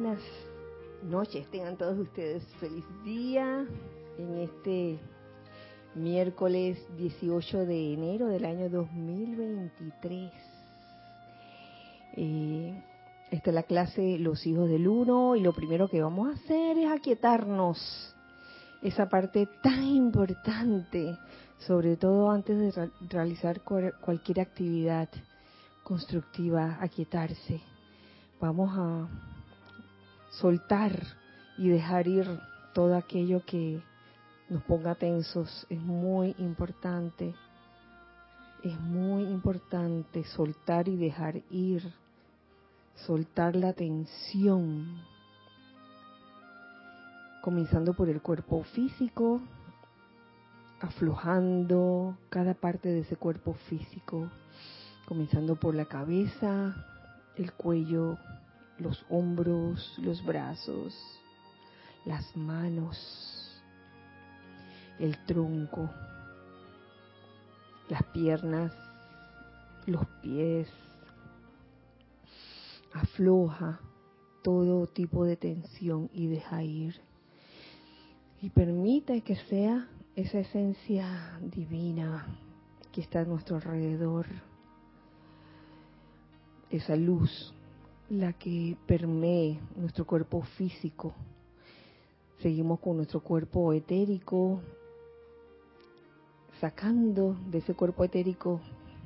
buenas noches. Tengan todos ustedes feliz día en este miércoles 18 de enero del año 2023. Esta es la clase Los Hijos del Uno y lo primero que vamos a hacer es aquietarnos. Esa parte tan importante, sobre todo antes de realizar cualquier actividad constructiva, aquietarse. Vamos a soltar y dejar ir todo aquello que nos ponga tensos. Es muy importante soltar y dejar ir, soltar la tensión, comenzando por el cuerpo físico, aflojando cada parte de ese cuerpo físico, comenzando por la cabeza, el cuello, los hombros, los brazos, las manos, el tronco, las piernas, los pies. Afloja todo tipo de tensión y deja ir. Y permite que sea esa esencia divina que está a nuestro alrededor, esa luz, la que permee nuestro cuerpo físico. Seguimos con nuestro cuerpo etérico, sacando de ese cuerpo etérico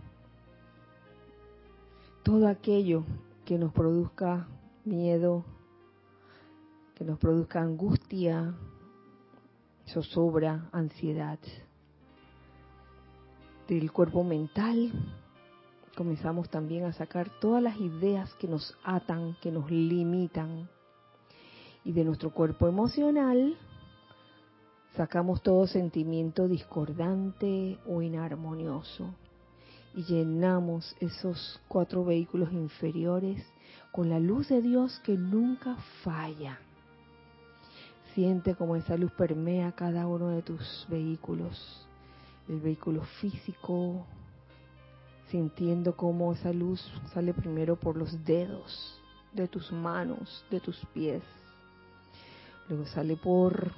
todo aquello que nos produzca miedo, que nos produzca angustia, zozobra, ansiedad. Del cuerpo mental comenzamos también a sacar todas las ideas que nos atan, que nos limitan. Y de nuestro cuerpo emocional sacamos todo sentimiento discordante o inarmonioso. Y llenamos esos 4 vehículos inferiores con la luz de Dios que nunca falla. Siente como esa luz permea cada uno de tus vehículos. El vehículo físico, sintiendo cómo esa luz sale primero por los dedos de tus manos, de tus pies. Luego sale por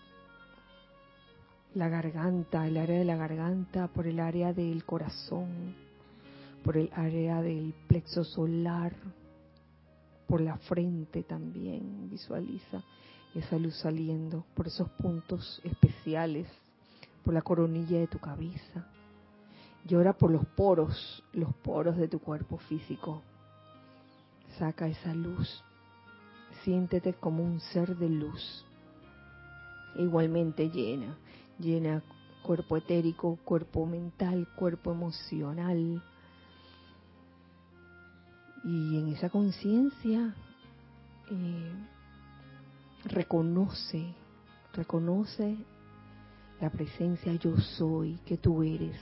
la garganta, el área de la garganta, por el área del corazón, por el área del plexo solar, por la frente también. Visualiza esa luz saliendo por esos puntos especiales, por la coronilla de tu cabeza. Y ahora por los poros de tu cuerpo físico. Saca esa luz. Siéntete como un ser de luz. Igualmente llena cuerpo etérico, cuerpo mental, cuerpo emocional. Y en esa conciencia reconoce la presencia yo soy que tú eres.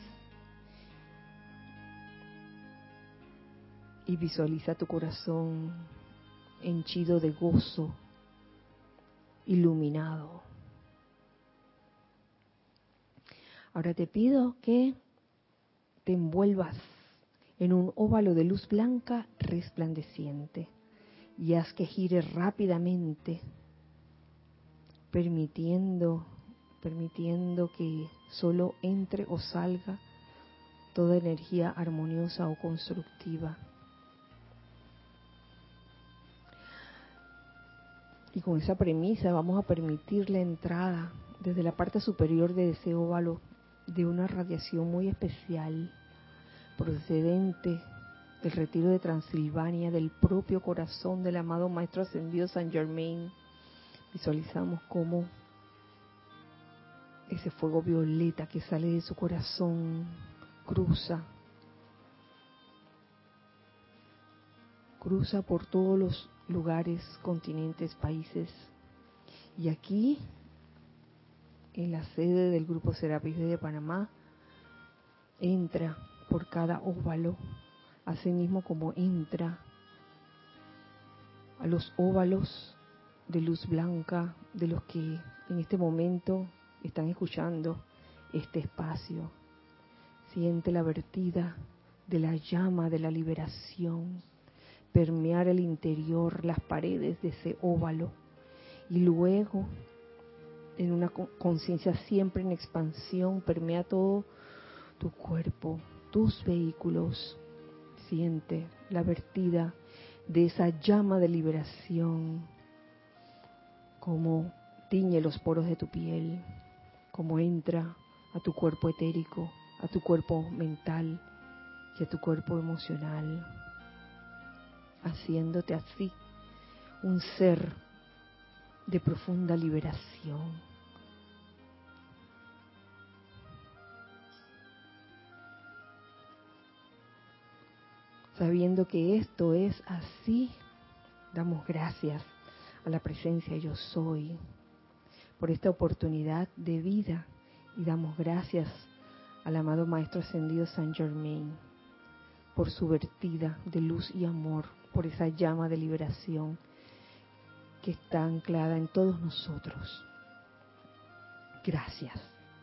Y visualiza tu corazón henchido de gozo, iluminado. Ahora te pido que te envuelvas en un óvalo de luz blanca resplandeciente y haz que gire rápidamente, permitiendo que solo entre o salga toda energía armoniosa o constructiva. Y con esa premisa vamos a permitir la entrada desde la parte superior de ese óvalo de una radiación muy especial procedente del retiro de Transilvania, del propio corazón del amado Maestro Ascendido Saint Germain. Visualizamos cómo ese fuego violeta que sale de su corazón cruza por todos los lugares, continentes, países. Y aquí, en la sede del Grupo Serapis de Panamá, entra por cada óvalo, así mismo como entra a los óvalos de luz blanca de los que en este momento están escuchando este espacio. Siente la vertida de la llama de la liberación, permear el interior, las paredes de ese óvalo, y luego, en una conciencia siempre en expansión, permea todo tu cuerpo, tus vehículos. Siente la vertida de esa llama de liberación, como tiñe los poros de tu piel, como entra a tu cuerpo etérico, a tu cuerpo mental y a tu cuerpo emocional, haciéndote así un ser de profunda liberación. Sabiendo que esto es así, damos gracias a la presencia Yo Soy por esta oportunidad de vida y damos gracias al amado Maestro Ascendido Saint Germain por su vertida de luz y amor, por esa llama de liberación que está anclada en todos nosotros. Gracias.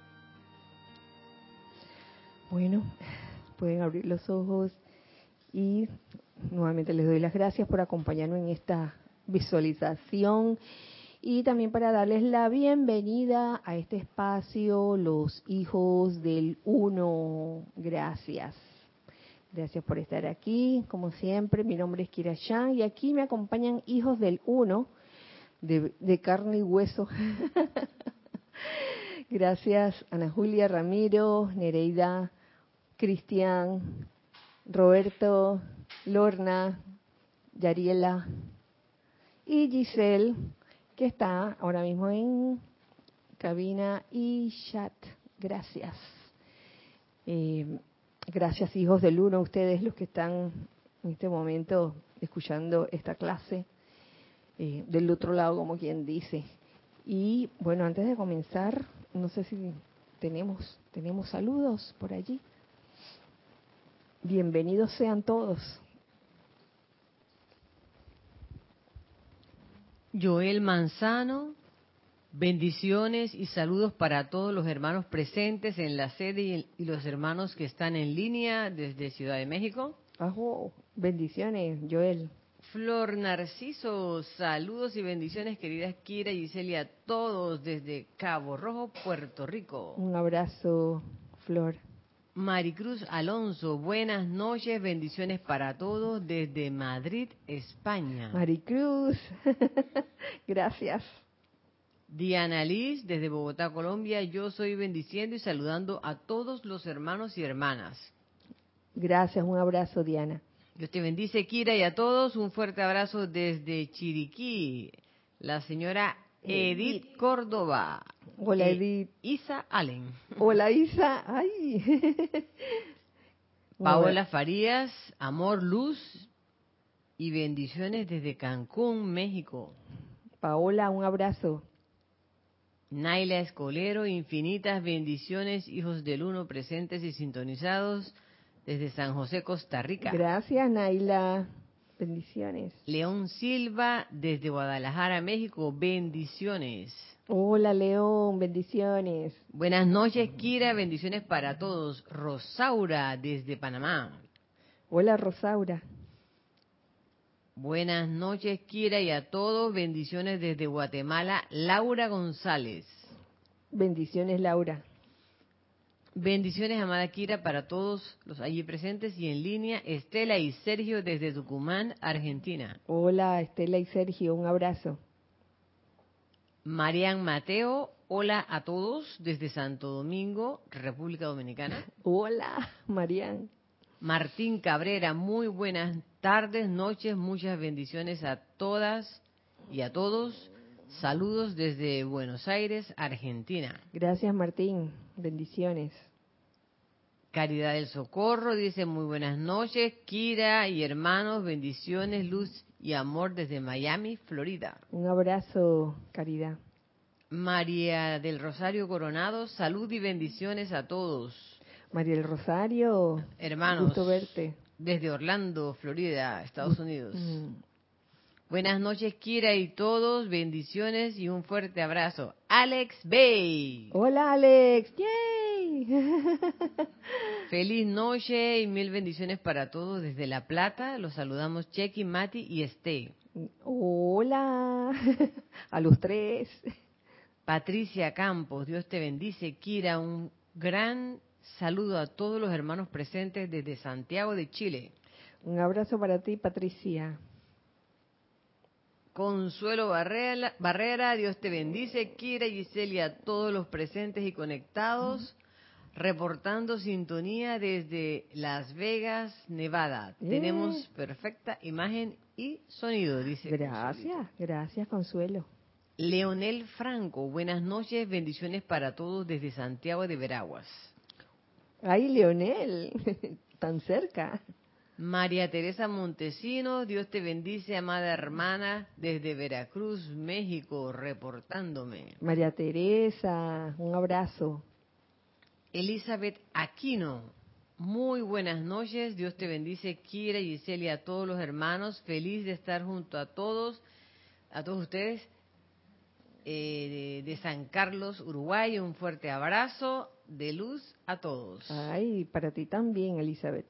Bueno, pueden abrir los ojos y nuevamente les doy las gracias por acompañarnos en esta visualización y también para darles la bienvenida a este espacio, los hijos del Uno. Gracias. Gracias por estar aquí. Como siempre, mi nombre es Kira Chan y aquí me acompañan hijos del Uno, de carne y hueso. Gracias, Ana Julia, Ramiro, Nereida, Cristian, Roberto, Lorna, Yariela y Giselle, que está ahora mismo en cabina y chat. Gracias. Gracias, hijos del Uno, ustedes los que están en este momento escuchando esta clase del otro lado, como quien dice. Y bueno, antes de comenzar, no sé si tenemos saludos por allí. Bienvenidos sean todos. Joel Manzano, bendiciones y saludos para todos los hermanos presentes en la sede y los hermanos que están en línea desde Ciudad de México. Bendiciones, Joel. Flor Narciso, saludos y bendiciones, queridas Kira y Giselle, a todos desde Cabo Rojo, Puerto Rico. Un abrazo, Flor. Maricruz Alonso, buenas noches, bendiciones para todos desde Madrid, España. Maricruz, gracias. Diana Liz, desde Bogotá, Colombia, yo soy bendiciendo y saludando a todos los hermanos y hermanas. Gracias, un abrazo, Diana. Dios te bendice, Kira, y a todos un fuerte abrazo desde Chiriquí. La señora Edith Córdoba. Hola, Edith. Isa Allen. Hola, Isa. Ay. Paola Farías, amor, luz y bendiciones desde Cancún, México. Paola, un abrazo. Naila Escolero, infinitas bendiciones, hijos del Uno presentes y sintonizados desde San José, Costa Rica. Gracias, Naila. Bendiciones. León Silva, desde Guadalajara, México. Bendiciones. Hola, León. Bendiciones. Buenas noches, Kira. Bendiciones para todos. Rosaura, desde Panamá. Hola, Rosaura. Buenas noches, Kira, y a todos. Bendiciones desde Guatemala. Laura González. Bendiciones, Laura. Bendiciones, amada Kira, para todos los allí presentes y en línea. Estela y Sergio desde Tucumán, Argentina. Hola, Estela y Sergio, un abrazo. Marian Mateo, hola a todos desde Santo Domingo, República Dominicana. Hola, Marian. Martín Cabrera, muy buenas tardes, noches, muchas bendiciones a todas y a todos. Saludos desde Buenos Aires, Argentina. Gracias, Martín. Bendiciones. Caridad del Socorro dice muy buenas noches, Kira y hermanos, bendiciones, luz y amor desde Miami, Florida. Un abrazo, Caridad. María del Rosario Coronado, salud y bendiciones a todos. María del Rosario, hermanos, gusto verte. Desde Orlando, Florida, Estados Unidos. Buenas noches, Kira y todos, bendiciones y un fuerte abrazo. Alex Bay. Hola, Alex. ¡Yay! Ay. Feliz noche y mil bendiciones para todos desde La Plata. Los saludamos Chequi, Mati y Este. Hola. A los tres. Patricia Campos, Dios te bendice. Kira, un gran saludo a todos los hermanos presentes desde Santiago de Chile. Un abrazo para ti, Patricia. Consuelo Barrera, Dios te bendice. Kira y Giselle y a todos los presentes y conectados, reportando sintonía desde Las Vegas, Nevada. Tenemos perfecta imagen y sonido, dice. Gracias, gracias, Consuelo. Leonel Franco, buenas noches, bendiciones para todos desde Santiago de Veraguas. Ay, Leonel, tan cerca. María Teresa Montesinos, Dios te bendice, amada hermana, desde Veracruz, México, reportándome. María Teresa, un abrazo. Elizabeth Aquino, muy buenas noches, Dios te bendice, Kira, Giselle y a todos los hermanos, feliz de estar junto a todos ustedes de San Carlos, Uruguay, un fuerte abrazo de luz a todos. Ay, para ti también, Elizabeth.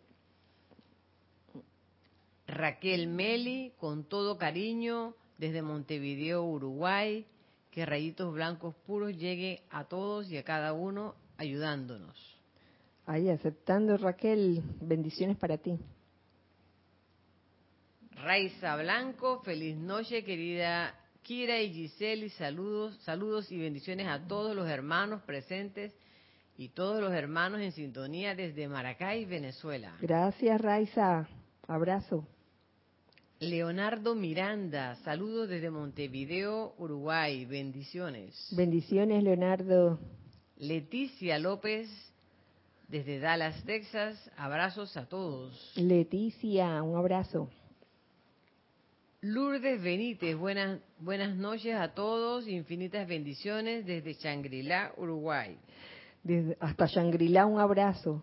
Raquel Meli, con todo cariño, desde Montevideo, Uruguay, que rayitos blancos puros llegue a todos y a cada uno ayudándonos. Ay, aceptando, Raquel, bendiciones para ti. Raiza Blanco, feliz noche, querida Kira y Giselle, y saludos y bendiciones a todos los hermanos presentes y todos los hermanos en sintonía desde Maracay, Venezuela. Gracias, Raiza. Abrazo. Leonardo Miranda, saludos desde Montevideo, Uruguay, bendiciones. Bendiciones, Leonardo. Leticia López, desde Dallas, Texas, abrazos a todos. Leticia, un abrazo. Lourdes Benítez, buenas noches a todos, infinitas bendiciones desde Shangri-La, Uruguay. Hasta Shangri-La, un abrazo.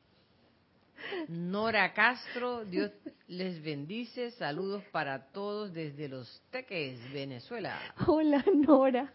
Nora Castro, Dios les bendice, saludos para todos desde Los Teques, Venezuela. Hola, Nora.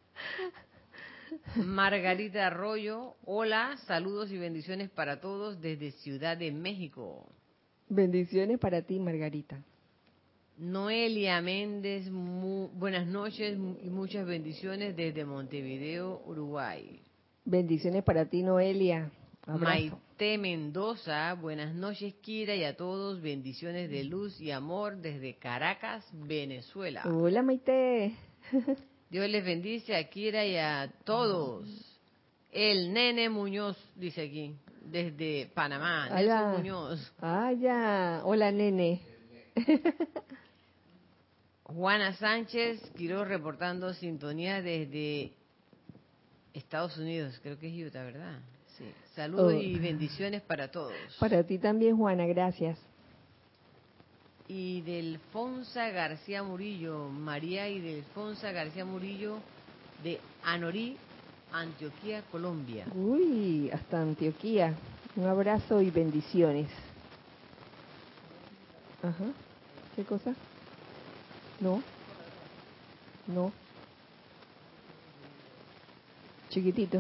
Margarita Arroyo, hola, saludos y bendiciones para todos desde Ciudad de México. Bendiciones para ti, Margarita. Noelia Méndez, buenas noches y muchas bendiciones desde Montevideo, Uruguay. Bendiciones para ti, Noelia. Abrazo. Maite Mendoza, buenas noches, Kira, y a todos, bendiciones de luz y amor desde Caracas, Venezuela. Hola, Maite. Dios les bendice a Kira y a todos. El Nene Muñoz, dice aquí, desde Panamá, Nelson Muñoz. Ah, ya. Hola, Nene. Juana Sánchez, quiero reportando sintonía desde Estados Unidos, creo que es Utah, ¿verdad? Sí. Saludos y bendiciones para todos. Para ti también, Juana, gracias. Y Delfonsa García Murillo, María y Delfonsa García Murillo, de Anorí, Antioquia, Colombia. Uy, hasta Antioquia. Un abrazo y bendiciones. Ajá. ¿Qué cosa? No. No. Chiquitito.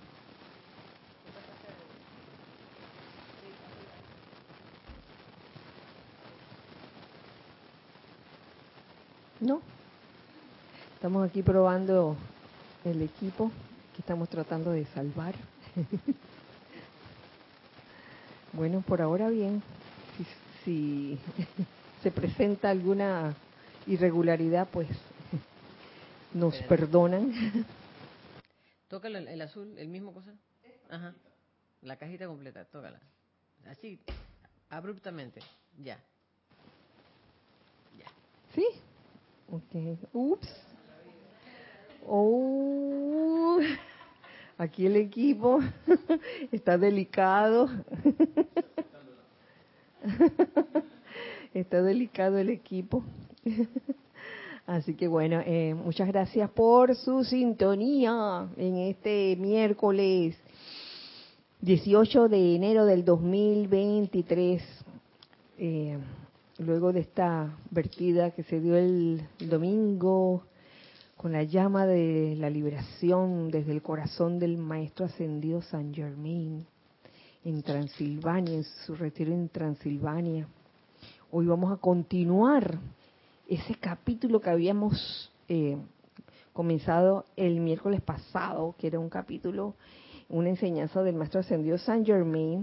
No. Estamos aquí probando el equipo que estamos tratando de salvar. Bueno, por ahora bien. Si se presenta alguna irregularidad, pues nos perdonan. Tócalo el azul, el mismo cosa. Ajá. La cajita completa, tócala. Así, abruptamente. Ya. Ya. ¿Sí? Ok. Ups. Oh. Aquí el equipo está delicado. Está delicado el equipo. Así que bueno, muchas gracias por su sintonía en este miércoles 18 de enero del 2023. Luego de esta vertida que se dio el domingo con la llama de la liberación desde el corazón del Maestro Ascendido Saint Germain en Transilvania, en su retiro en Transilvania. Hoy vamos a continuar ese capítulo que habíamos comenzado el miércoles pasado, que era un capítulo, una enseñanza del Maestro Ascendido Saint Germain,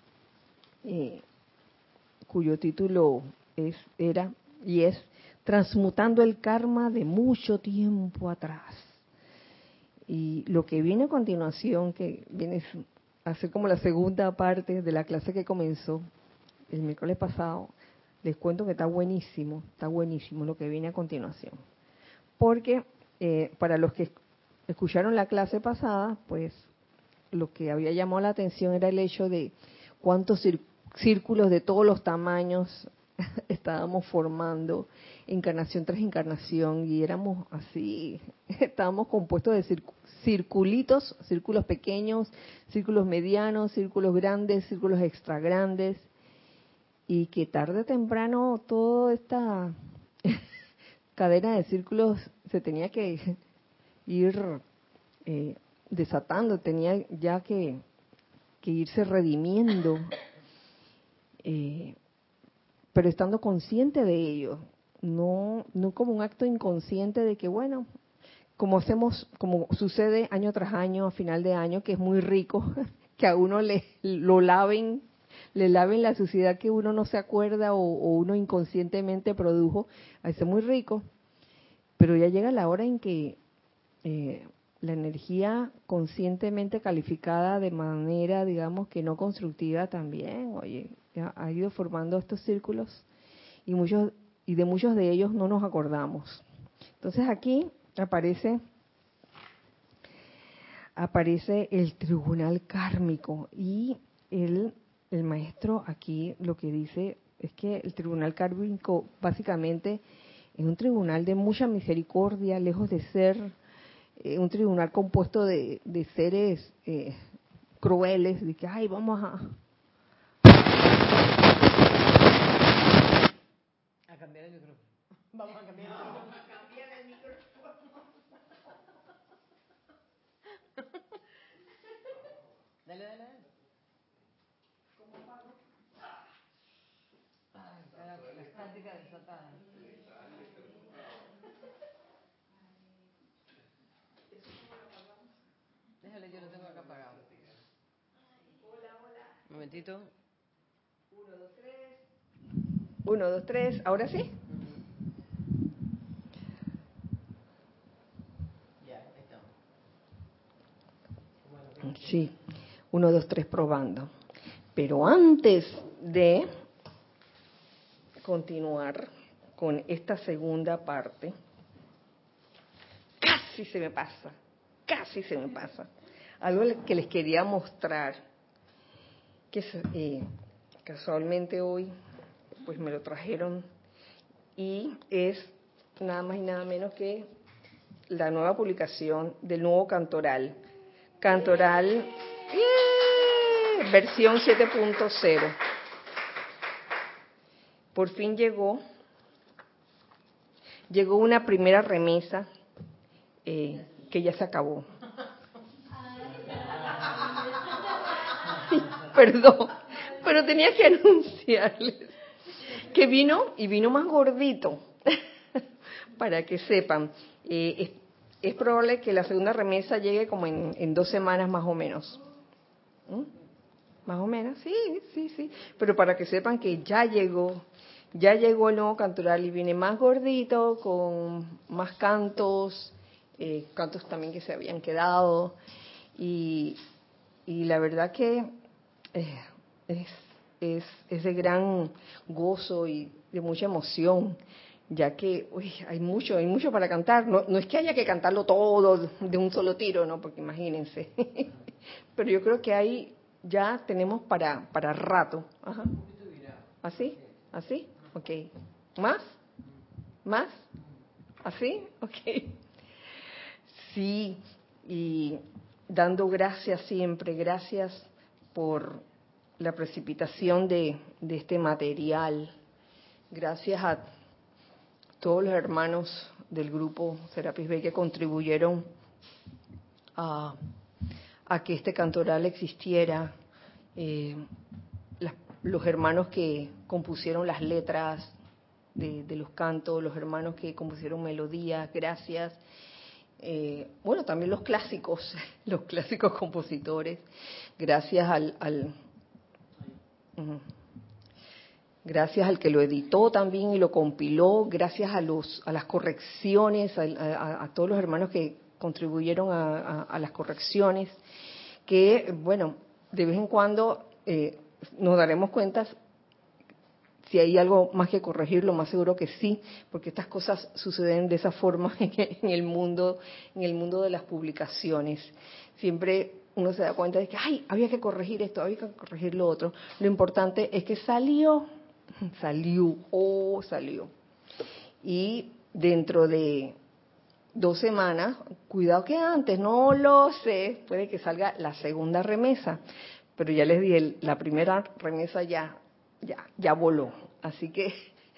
cuyo título era Transmutando el karma de mucho tiempo atrás. Y lo que viene a continuación, que viene a ser como la segunda parte de la clase que comenzó el miércoles pasado, les cuento que está buenísimo lo que viene a continuación. Porque para los que escucharon la clase pasada, pues lo que había llamado la atención era el hecho de cuántos círculos de todos los tamaños estábamos formando encarnación tras encarnación, y éramos así, estábamos compuestos de circulitos, círculos pequeños, círculos medianos, círculos grandes, círculos extra grandes, y que tarde o temprano toda esta cadena de círculos se tenía que ir desatando, tenía ya que irse redimiendo, pero estando consciente de ello, no como un acto inconsciente de que, bueno, como sucede año tras año, a final de año, que es muy rico, que a uno le laven la suciedad que uno no se acuerda o uno inconscientemente produjo, a veces muy rico, pero ya llega la hora en que la energía conscientemente calificada de manera, digamos, que no constructiva también, oye, ha ido formando estos círculos, y de muchos de ellos no nos acordamos. Entonces aquí aparece el tribunal kármico, y el maestro aquí lo que dice es que el tribunal kármico básicamente es un tribunal de mucha misericordia, lejos de ser un tribunal compuesto de seres crueles, de que, ay, vamos a cambiar el micrófono. Vamos a cambiar el micrófono. Dale. ¿Cómo pago? La estática desatada. Déjale, yo lo tengo acá apagado. Hola. Un momentito. 1, 2, 3. ¿Ahora sí? Ya, ahí estamos. Sí. 1, 2, 3 probando. Pero antes de continuar con esta segunda parte, casi se me pasa. Algo que les quería mostrar, que casualmente hoy pues me lo trajeron, y es nada más y nada menos que la nueva publicación del nuevo Cantoral versión 7.0. Por fin llegó una primera remesa que ya se acabó. Perdón, pero tenía que anunciarles que vino más gordito, para que sepan. Es probable que la segunda remesa llegue como en 2 semanas más o menos. Más o menos, sí. Pero para que sepan que ya llegó el nuevo cantoral, y viene más gordito, con más cantos también que se habían quedado, y la verdad que es de gran gozo y de mucha emoción, ya que hay mucho para cantar. No es que haya que cantarlo todo de un solo tiro, no, porque imagínense. Pero yo creo que ya tenemos para rato. Ajá. ¿Así? Ok. ¿Más? ¿Así? Ok. Sí, y dando gracias siempre, gracias por la precipitación de este material. Gracias a todos los hermanos del grupo Serapis Bay que contribuyeron a que este cantoral existiera, los hermanos que compusieron las letras de los cantos, los hermanos que compusieron melodías, gracias. Bueno, también los clásicos compositores, gracias gracias al que lo editó también y lo compiló, gracias a las correcciones, a todos los hermanos que contribuyeron a las correcciones, que, bueno, de vez en cuando nos daremos cuenta si hay algo más que corregir, lo más seguro que sí, porque estas cosas suceden de esa forma en el mundo de las publicaciones. Siempre uno se da cuenta de que, ay, había que corregir esto, había que corregir lo otro. Lo importante es que salió. Y dentro de 2 semanas, cuidado que antes, no lo sé, puede que salga la segunda remesa, pero ya les dije, la primera remesa ya voló, así que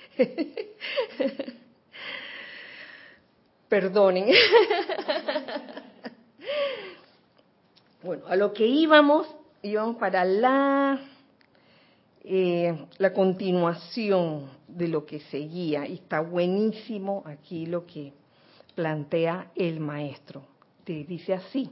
perdonen. Bueno, a lo que íbamos para la continuación de lo que seguía, y está buenísimo aquí lo que plantea el maestro. Te dice así,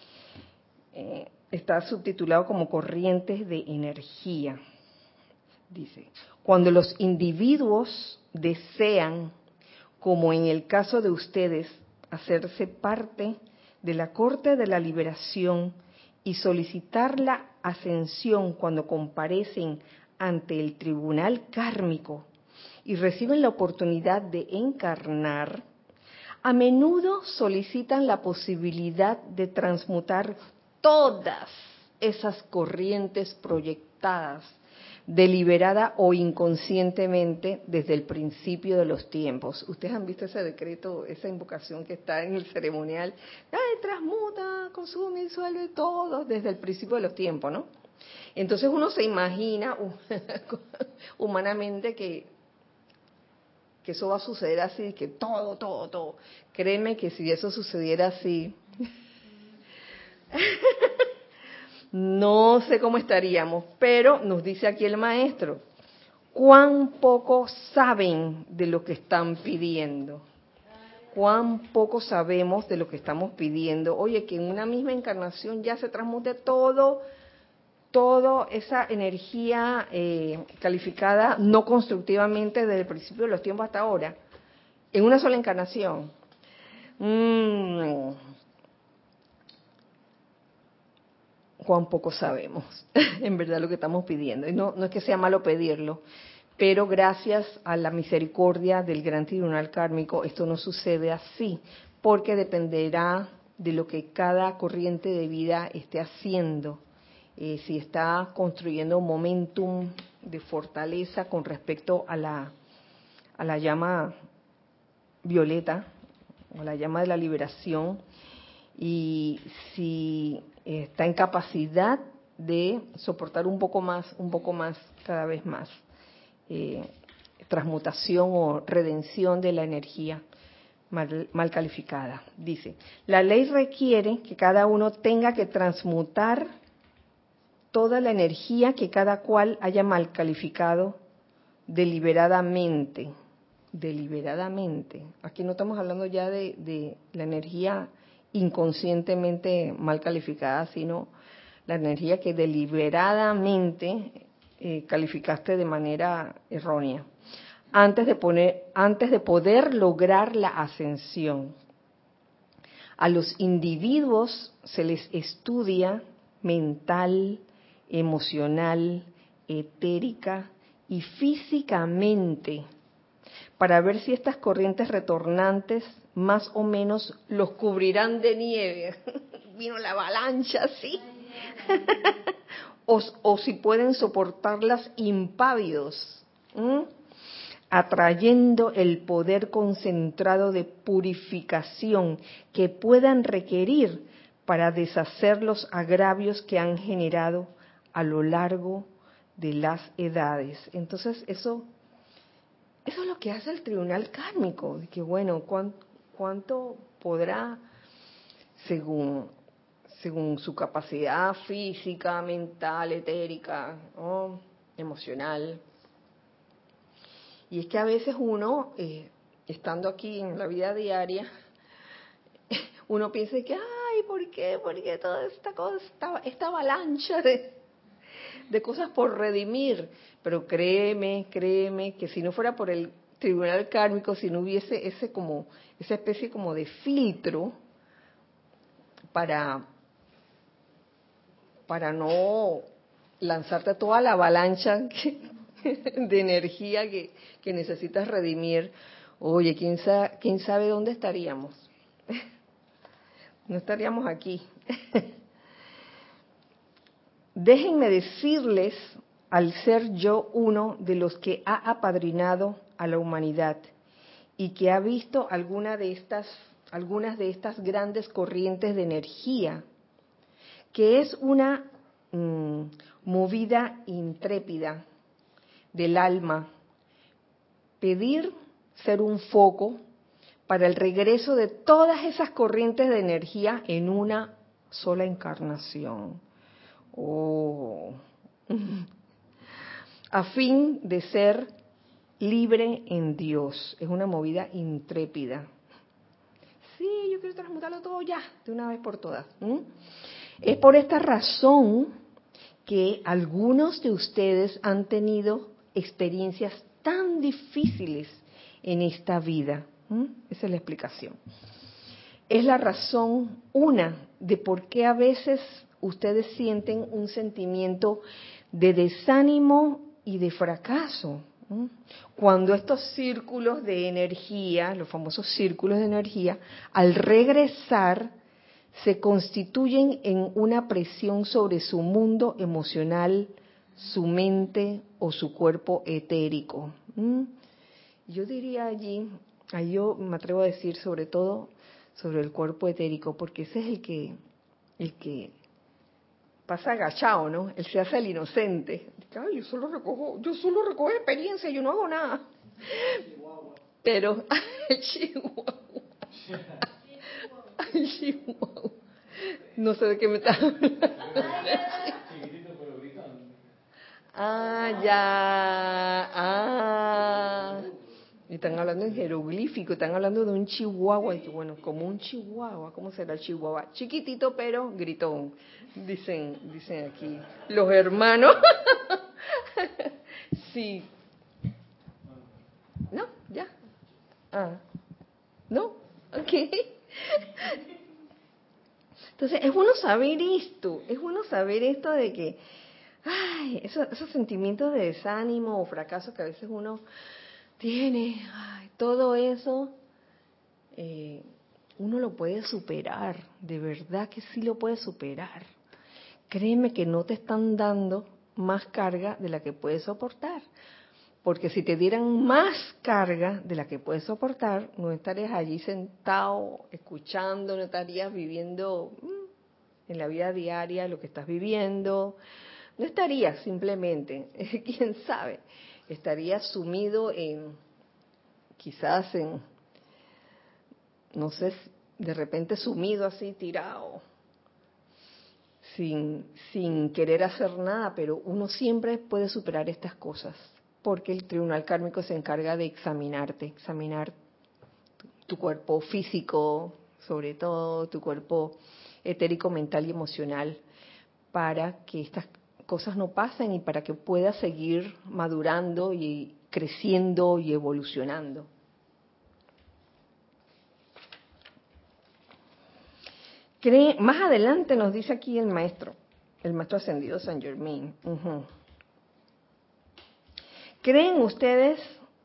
está subtitulado como corrientes de energía. Dice, cuando los individuos desean, como en el caso de ustedes, hacerse parte de la corte de la liberación y solicitar la ascensión cuando comparecen ante el tribunal kármico y reciben la oportunidad de encarnar, a menudo solicitan la posibilidad de transmutar todas esas corrientes proyectadas, deliberada o inconscientemente desde el principio de los tiempos. Ustedes han visto ese decreto, esa invocación que está en el ceremonial, ¡ay, transmuta, consume y disuelve todo desde el principio de los tiempos!, ¿no? Entonces uno se imagina humanamente que eso va a suceder así, que todo. Créeme que si eso sucediera así, no sé cómo estaríamos, pero nos dice aquí el maestro, cuán poco saben de lo que están pidiendo, cuán poco sabemos de lo que estamos pidiendo. Oye, que en una misma encarnación ya se transmute toda esa energía calificada no constructivamente desde el principio de los tiempos hasta ahora, en una sola encarnación. Cuán poco sabemos, en verdad, lo que estamos pidiendo. Y no es que sea malo pedirlo, pero gracias a la misericordia del Gran Tribunal Kármico, esto no sucede así, porque dependerá de lo que cada corriente de vida esté haciendo. Si está construyendo un momentum de fortaleza con respecto a la llama violeta, o la llama de la liberación, y si está en capacidad de soportar un poco más, cada vez más, transmutación o redención de la energía mal calificada. Dice, la ley requiere que cada uno tenga que transmutar toda la energía que cada cual haya mal calificado deliberadamente. Aquí no estamos hablando ya de la energía inconscientemente mal calificada, sino la energía que deliberadamente calificaste de manera errónea, antes de poder lograr la ascensión. A los individuos se les estudia mental, emocional, etérica y físicamente para ver si estas corrientes retornantes más o menos los cubrirán de nieve. Vino la avalancha, ¿sí? o si pueden soportarlas impávidos, atrayendo el poder concentrado de purificación que puedan requerir para deshacer los agravios que han generado a lo largo de las edades. Entonces, eso eso es lo que hace el tribunal kármico, de que bueno, cuánto podrá, según su capacidad física, mental, etérica, ¿no?, emocional. Y es que a veces uno, estando aquí en la vida diaria, uno piensa que, ay, ¿por qué toda esta cosa, esta avalancha de cosas por redimir? Pero créeme, que si no fuera por el tribunal kármico, si no hubiese esa especie como de filtro para no lanzarte toda la avalancha de energía que necesitas redimir, oye, ¿quién sabe dónde estaríamos? No estaríamos aquí. Déjenme decirles, al ser yo uno de los que ha apadrinado a la humanidad y que ha visto algunas de estas grandes corrientes de energía, que es una movida intrépida del alma, pedir ser un foco para el regreso de todas esas corrientes de energía en una sola encarnación. Oh. A fin de ser libre en Dios. Es una movida intrépida. Sí, yo quiero transmutarlo todo ya, de una vez por todas. Es por esta razón que algunos de ustedes han tenido experiencias tan difíciles en esta vida. Esa es la explicación. Es la razón, de por qué a veces ustedes sienten un sentimiento de desánimo y de fracaso. Cuando estos círculos de energía, los famosos círculos de energía, al regresar, se constituyen en una presión sobre su mundo emocional, su mente o su cuerpo etérico. Yo diría ahí yo me atrevo a decir sobre todo sobre el cuerpo etérico, porque ese es el que pasa agachado, ¿no? Él se hace el inocente. Ay, yo solo recojo experiencia, yo no hago nada. Pero, el Chihuahua. Ay, Chihuahua. No sé de qué me estás hablando. Y están hablando en jeroglífico, están hablando de un chihuahua. Y bueno, como un chihuahua, ¿cómo será el chihuahua? Chiquitito pero gritón, dicen aquí los hermanos. Sí. ¿No? ¿Ya? ¿No? Ok. Entonces, es bueno saber esto de que, ay, esos sentimientos de desánimo o fracaso que a veces uno tiene, ay, todo eso, uno lo puede superar, de verdad que sí lo puede superar. Créeme que no te están dando más carga de la que puedes soportar, porque si te dieran más carga de la que puedes soportar, no estarías allí sentado escuchando, no estarías viviendo en la vida diaria lo que estás viviendo, no estarías simplemente, quién sabe, estarías sumido quizás no sé, de repente sumido así, tirado, sin querer hacer nada, pero uno siempre puede superar estas cosas, porque el tribunal kármico se encarga de examinar tu cuerpo físico, sobre todo tu cuerpo etérico, mental y emocional, para que estas cosas no pasen y para que puedas seguir madurando y creciendo y evolucionando. Más adelante nos dice aquí el maestro ascendido Saint Germain. ¿Creen ustedes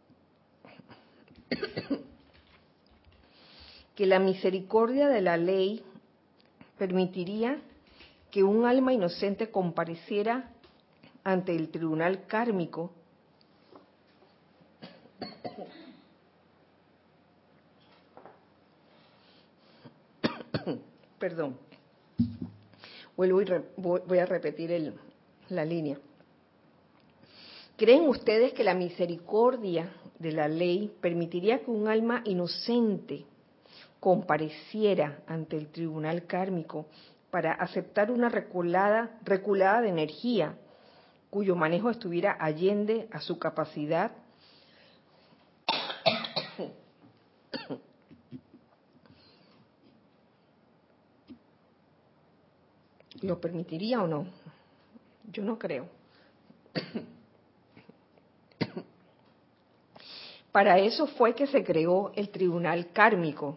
que la misericordia de la ley permitiría que un alma inocente compareciera ante el tribunal kármico perdón, voy a repetir la línea? ¿Creen ustedes que la misericordia de la ley permitiría que un alma inocente compareciera ante el tribunal kármico para aceptar una reculada de energía cuyo manejo estuviera allende a su capacidad ¿lo permitiría o no? Yo no creo. Para eso fue que se creó el tribunal kármico.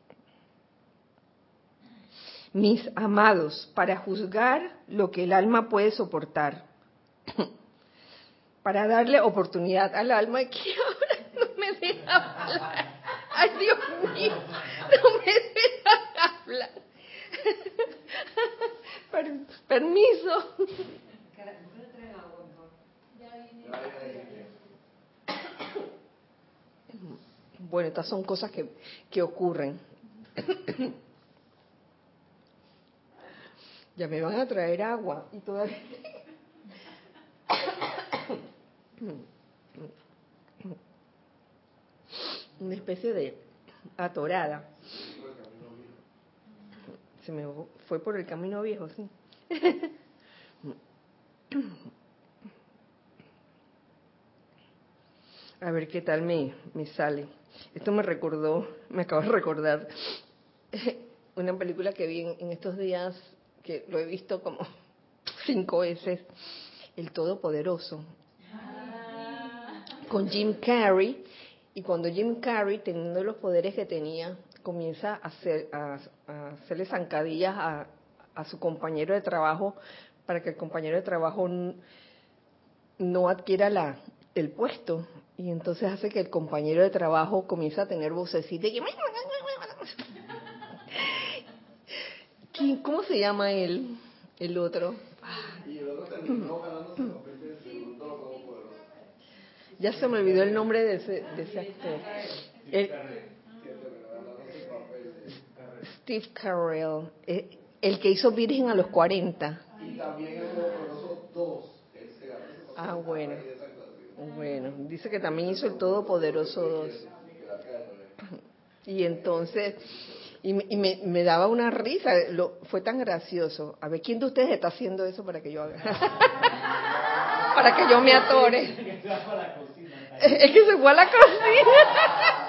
Mis amados, para juzgar lo que el alma puede soportar. Para darle oportunidad al alma que ahora no me deja hablar. Ay, Dios mío, no me deja hablar. Permiso. Bueno, estas son cosas que ocurren. Ya me van a traer agua y todavía... Una especie de atorada. Se me fue por el camino viejo, sí. A ver qué tal me sale. Esto me acabo de recordar una película que vi en estos días, que lo he visto como 5 veces, El Todopoderoso, con Jim Carrey. Y cuando Jim Carrey, teniendo los poderes que tenía, comienza a hacerle zancadillas a su compañero de trabajo para que el compañero de trabajo no adquiera el puesto. Y entonces hace que el compañero de trabajo comience a tener vocecita y ¿cómo se llama él? El otro. Y el otro terminó ganándose el papel de segundo todopoderoso. Ya se me olvidó el nombre de ese actor. Steve Carell, el que hizo Virgen a los 40. Y también el Todopoderoso 2. Ah, bueno. Bueno, dice que también hizo el Todopoderoso 2. Y entonces, me daba una risa, fue tan gracioso. A ver, ¿quién de ustedes está haciendo eso para que yo haga? Para que yo me atore. Es que se fue a la cocina.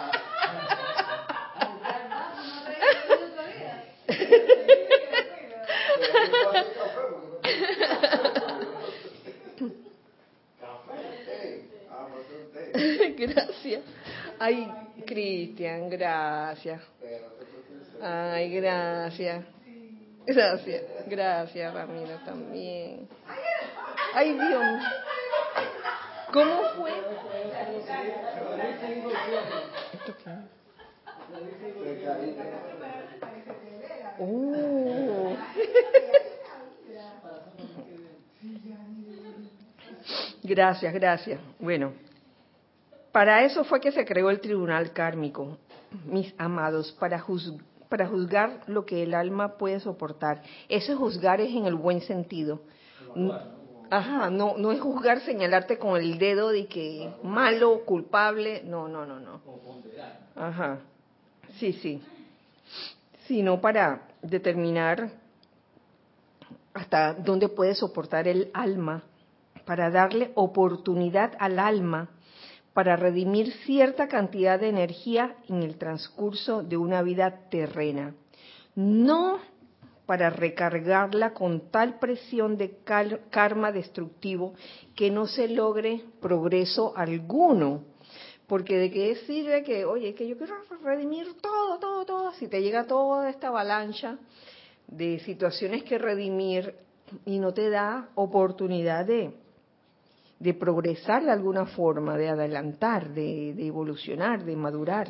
Gracias. Ay, Cristian, gracias. Ay, gracias. Gracias, Ramiro, también. Ay, Dios. ¿Cómo fue? ¿Esto qué? Gracias. Bueno, para eso fue que se creó el tribunal kármico, mis amados, para juzgar lo que el alma puede soportar. Ese juzgar es en el buen sentido. Ajá, no es juzgar, señalarte con el dedo de que malo, culpable, no. Ajá, sí. Sino para determinar hasta dónde puede soportar el alma, para darle oportunidad al alma para redimir cierta cantidad de energía en el transcurso de una vida terrena. No para recargarla con tal presión de karma destructivo que no se logre progreso alguno. Porque de qué sirve que, oye, que yo quiero redimir todo, si te llega toda esta avalancha de situaciones que redimir y no te da oportunidad de progresar de alguna forma, de adelantar, de evolucionar, de madurar.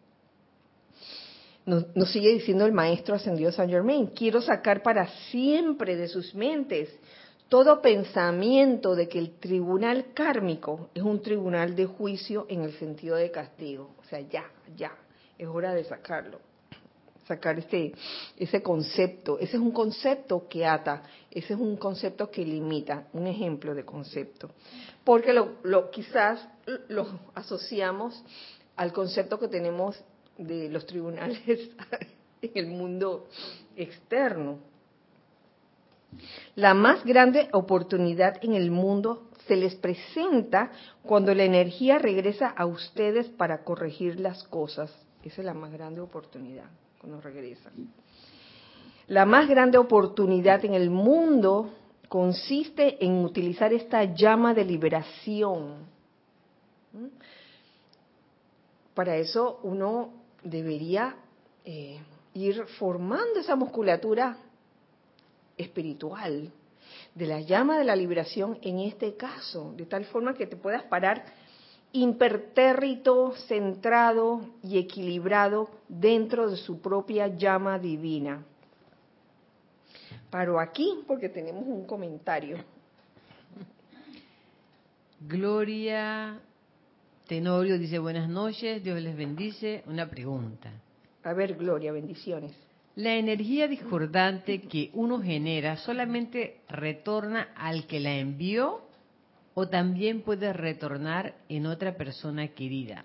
Nos sigue diciendo el maestro ascendido Saint Germain: quiero sacar para siempre de sus mentes todo pensamiento de que el tribunal kármico es un tribunal de juicio en el sentido de castigo. O sea, ya, es hora de sacarlo. sacar ese concepto. Ese es un concepto que ata, ese es un concepto que limita, un ejemplo de concepto. Porque quizás lo asociamos al concepto que tenemos de los tribunales en el mundo externo. La más grande oportunidad en el mundo se les presenta cuando la energía regresa a ustedes para corregir las cosas. Esa es la más grande oportunidad, cuando regresan. La más grande oportunidad en el mundo consiste en utilizar esta llama de liberación. Para eso uno debería ir formando esa musculatura espiritual de la llama de la liberación en este caso, de tal forma que te puedas parar impertérrito, centrado y equilibrado dentro de su propia llama divina. Paro aquí porque tenemos un comentario. Gloria Tenorio dice buenas noches, Dios les bendice. Una pregunta. A ver, Gloria, bendiciones. ¿La energía discordante que uno genera solamente retorna al que la envió o también puede retornar en otra persona querida?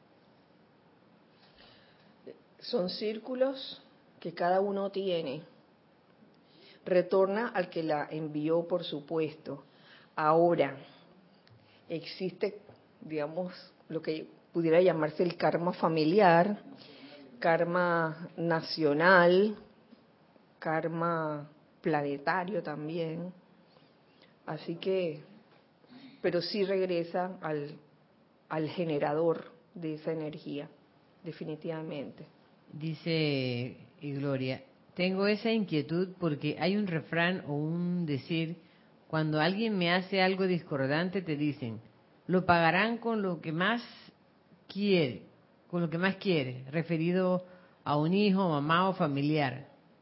Son círculos que cada uno tiene. Retorna al que la envió, por supuesto. Ahora, existe, digamos, lo que pudiera llamarse el karma familiar, karma nacional, karma planetario también. Así que, pero sí regresa al generador de esa energía, definitivamente. Dice Gloria, tengo esa inquietud porque hay un refrán o un decir, cuando alguien me hace algo discordante te dicen, lo pagarán con lo que más quiere, referido a un hijo, mamá o familiar.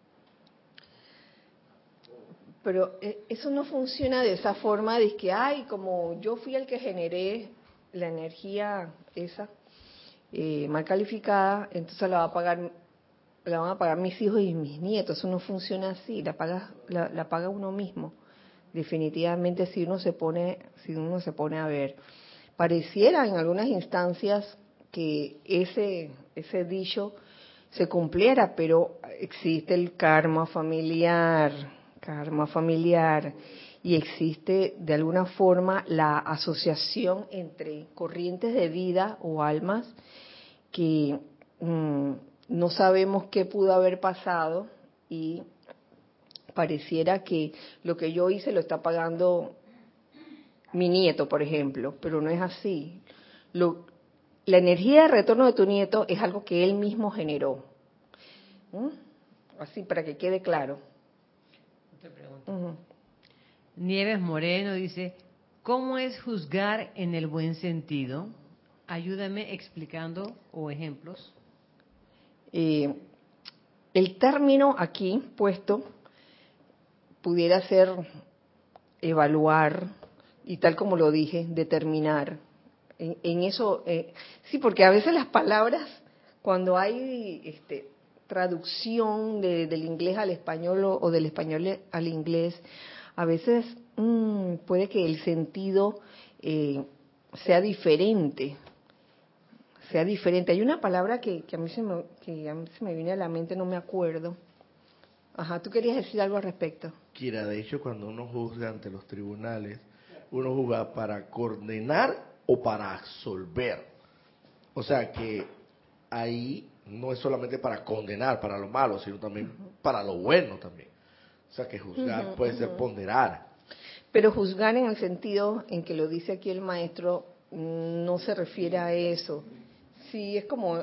Pero eso no funciona de esa forma de que, ay, como yo fui el que generé la energía esa mal calificada, entonces la van a pagar mis hijos y mis nietos. Eso no funciona así, la paga uno mismo. Definitivamente si uno se pone a ver, pareciera en algunas instancias que ese dicho se cumpliera, pero existe el karma familiar, y existe de alguna forma la asociación entre corrientes de vida o almas que no sabemos qué pudo haber pasado y pareciera que lo que yo hice lo está pagando mi nieto, por ejemplo, pero no es así. La energía de retorno de tu nieto es algo que él mismo generó. Así para que quede claro. Otra pregunta. Nieves Moreno dice, ¿cómo es juzgar en el buen sentido? Ayúdame explicando o ejemplos. El término aquí puesto pudiera ser evaluar y tal como lo dije, determinar. En eso, sí, porque a veces las palabras, cuando hay traducción del inglés al español o del español al inglés, a veces puede que el sentido sea diferente. Hay una palabra que a mí se me viene a la mente, no me acuerdo. Ajá, ¿tú querías decir algo al respecto? Kira, de hecho, cuando uno juzga ante los tribunales, uno juzga para condenar o para absolver. O sea que ahí no es solamente para condenar, para lo malo, sino también para lo bueno también. O sea que juzgar puede ser ponderar. Pero juzgar en el sentido en que lo dice aquí el maestro no se refiere a eso. Sí, es como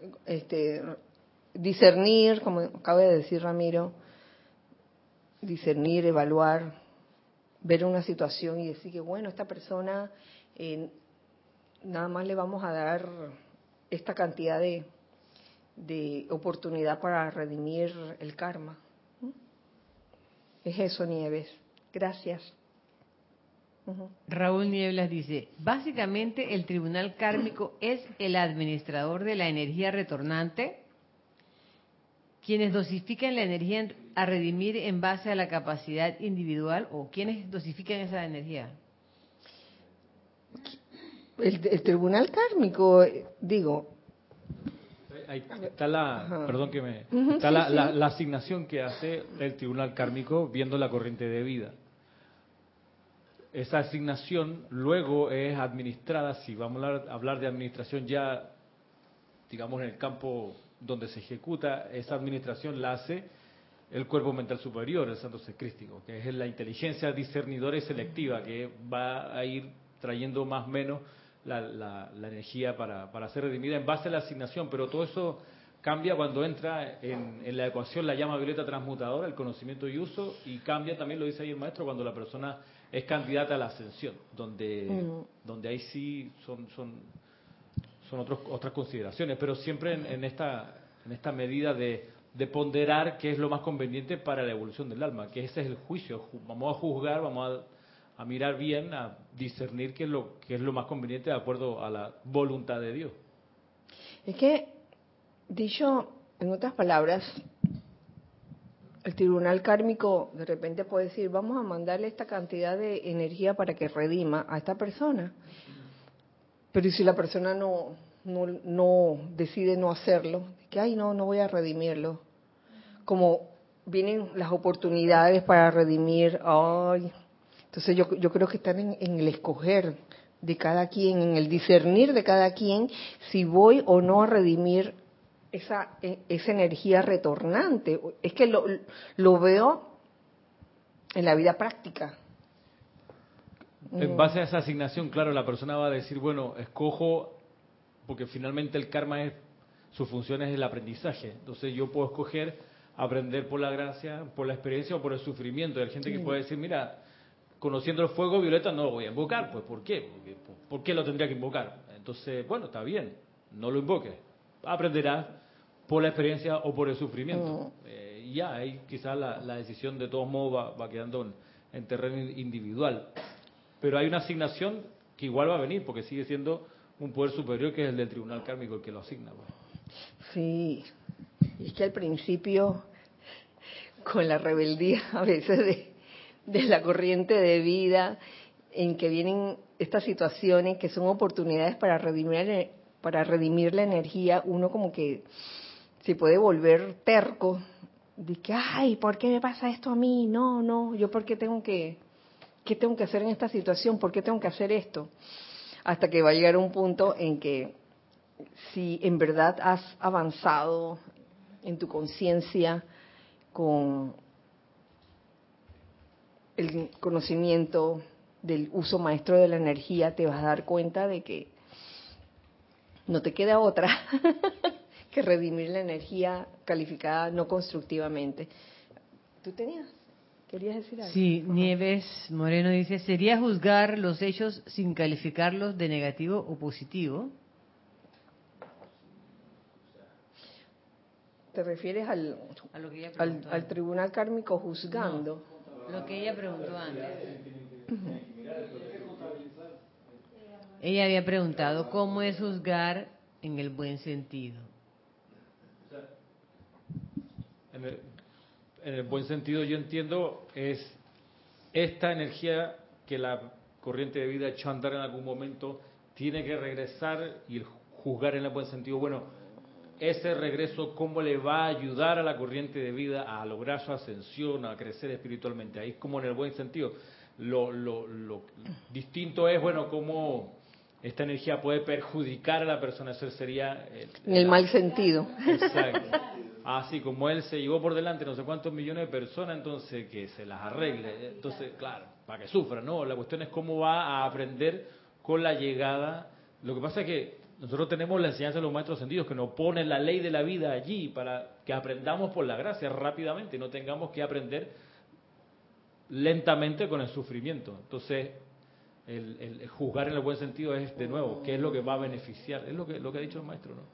discernir, como acaba de decir Ramiro, discernir, evaluar, ver una situación y decir que bueno, esta persona nada más le vamos a dar esta cantidad de oportunidad para redimir el karma. Es eso, Nieves. Gracias. Raúl Nieblas dice, básicamente el tribunal kármico es el administrador de la energía retornante. quienes dosifican la energía a redimir en base a la capacidad individual, o quienes dosifican esa energía. El tribunal kármico, digo. Ahí está la, Ajá. perdón que me, Ujú, está sí, la, sí. la asignación que hace el tribunal kármico viendo la corriente de vida. Esa asignación luego es administrada, si vamos a hablar de administración ya, digamos, en el campo donde se ejecuta, esa administración la hace el cuerpo mental superior, el santo ser crístico, que es la inteligencia discernidora y selectiva, que va a ir trayendo más o menos la energía para ser redimida en base a la asignación, pero todo eso cambia cuando entra en la ecuación la llama violeta transmutadora, el conocimiento y uso, y cambia también, lo dice ahí el maestro, cuando la persona es candidata a la ascensión, donde ahí sí son otras consideraciones, pero siempre en esta medida de ponderar qué es lo más conveniente para la evolución del alma, que ese es el juicio. Vamos a juzgar, vamos a mirar bien, a discernir qué es lo más conveniente de acuerdo a la voluntad de Dios. Es que, dicho en otras palabras, el tribunal kármico de repente puede decir, vamos a mandarle esta cantidad de energía para que redima a esta persona. Pero ¿y si la persona no decide no hacerlo? Que, ay, no voy a redimirlo. Como vienen las oportunidades para redimir, ay. Entonces yo creo que están en el escoger de cada quien, en el discernir de cada quien, si voy o no a redimir esa energía retornante. Es que lo veo en la vida práctica. En base a esa asignación, claro, la persona va a decir, bueno, escojo, porque finalmente el karma su función es el aprendizaje. Entonces yo puedo escoger aprender por la gracia, por la experiencia o por el sufrimiento. Y hay gente que puede decir, mira, conociendo el fuego violeta no lo voy a invocar. Pues ¿por qué? ¿Por qué lo tendría que invocar? Entonces, bueno, está bien, no lo invoques. Aprenderás por la experiencia o por el sufrimiento. Y ya, ahí quizás la decisión de todos modos va quedando en terreno individual. Pero hay una asignación que igual va a venir, porque sigue siendo un poder superior que es el del tribunal kármico el que lo asigna. Pues. Sí, y es que al principio, con la rebeldía a veces de la corriente de vida, en que vienen estas situaciones que son oportunidades para redimir la energía, uno como que se puede volver terco, de que, ay, ¿por qué me pasa esto a mí? No, yo ¿por qué ¿qué tengo que hacer en esta situación? ¿Por qué tengo que hacer esto? Hasta que va a llegar un punto en que si en verdad has avanzado en tu conciencia con el conocimiento del uso maestro de la energía, te vas a dar cuenta de que no te queda otra que redimir la energía calificada no constructivamente. ¿Tú querías decir algo? Sí, Ajá. Nieves Moreno dice, ¿sería juzgar los hechos sin calificarlos de negativo o positivo? ¿Te refieres A lo que ella preguntó al antes. tribunal kármico juzgando? No, lo que ella preguntó antes. Ella había preguntado, ¿cómo es juzgar en el buen sentido? En el buen sentido yo entiendo es esta energía que la corriente de vida echó a andar en algún momento, tiene que regresar y el juzgar en el buen sentido, bueno, ese regreso, ¿cómo le va a ayudar a la corriente de vida a lograr su ascensión, a crecer espiritualmente? Ahí es como en el buen sentido. Lo distinto es, bueno, cómo esta energía puede perjudicar a la persona, eso sería... En el mal sentido. Exacto. Así como él se llevó por delante no sé cuántos millones de personas, entonces que se las arregle. Entonces, claro, para que sufra, ¿no? La cuestión es cómo va a aprender con la llegada. Lo que pasa es que nosotros tenemos la enseñanza de los maestros ascendidos que nos ponen la ley de la vida allí para que aprendamos por la gracia rápidamente y no tengamos que aprender lentamente con el sufrimiento. Entonces, el juzgar en el buen sentido es, de nuevo, qué es lo que va a beneficiar. Es lo que ha dicho el maestro, ¿no?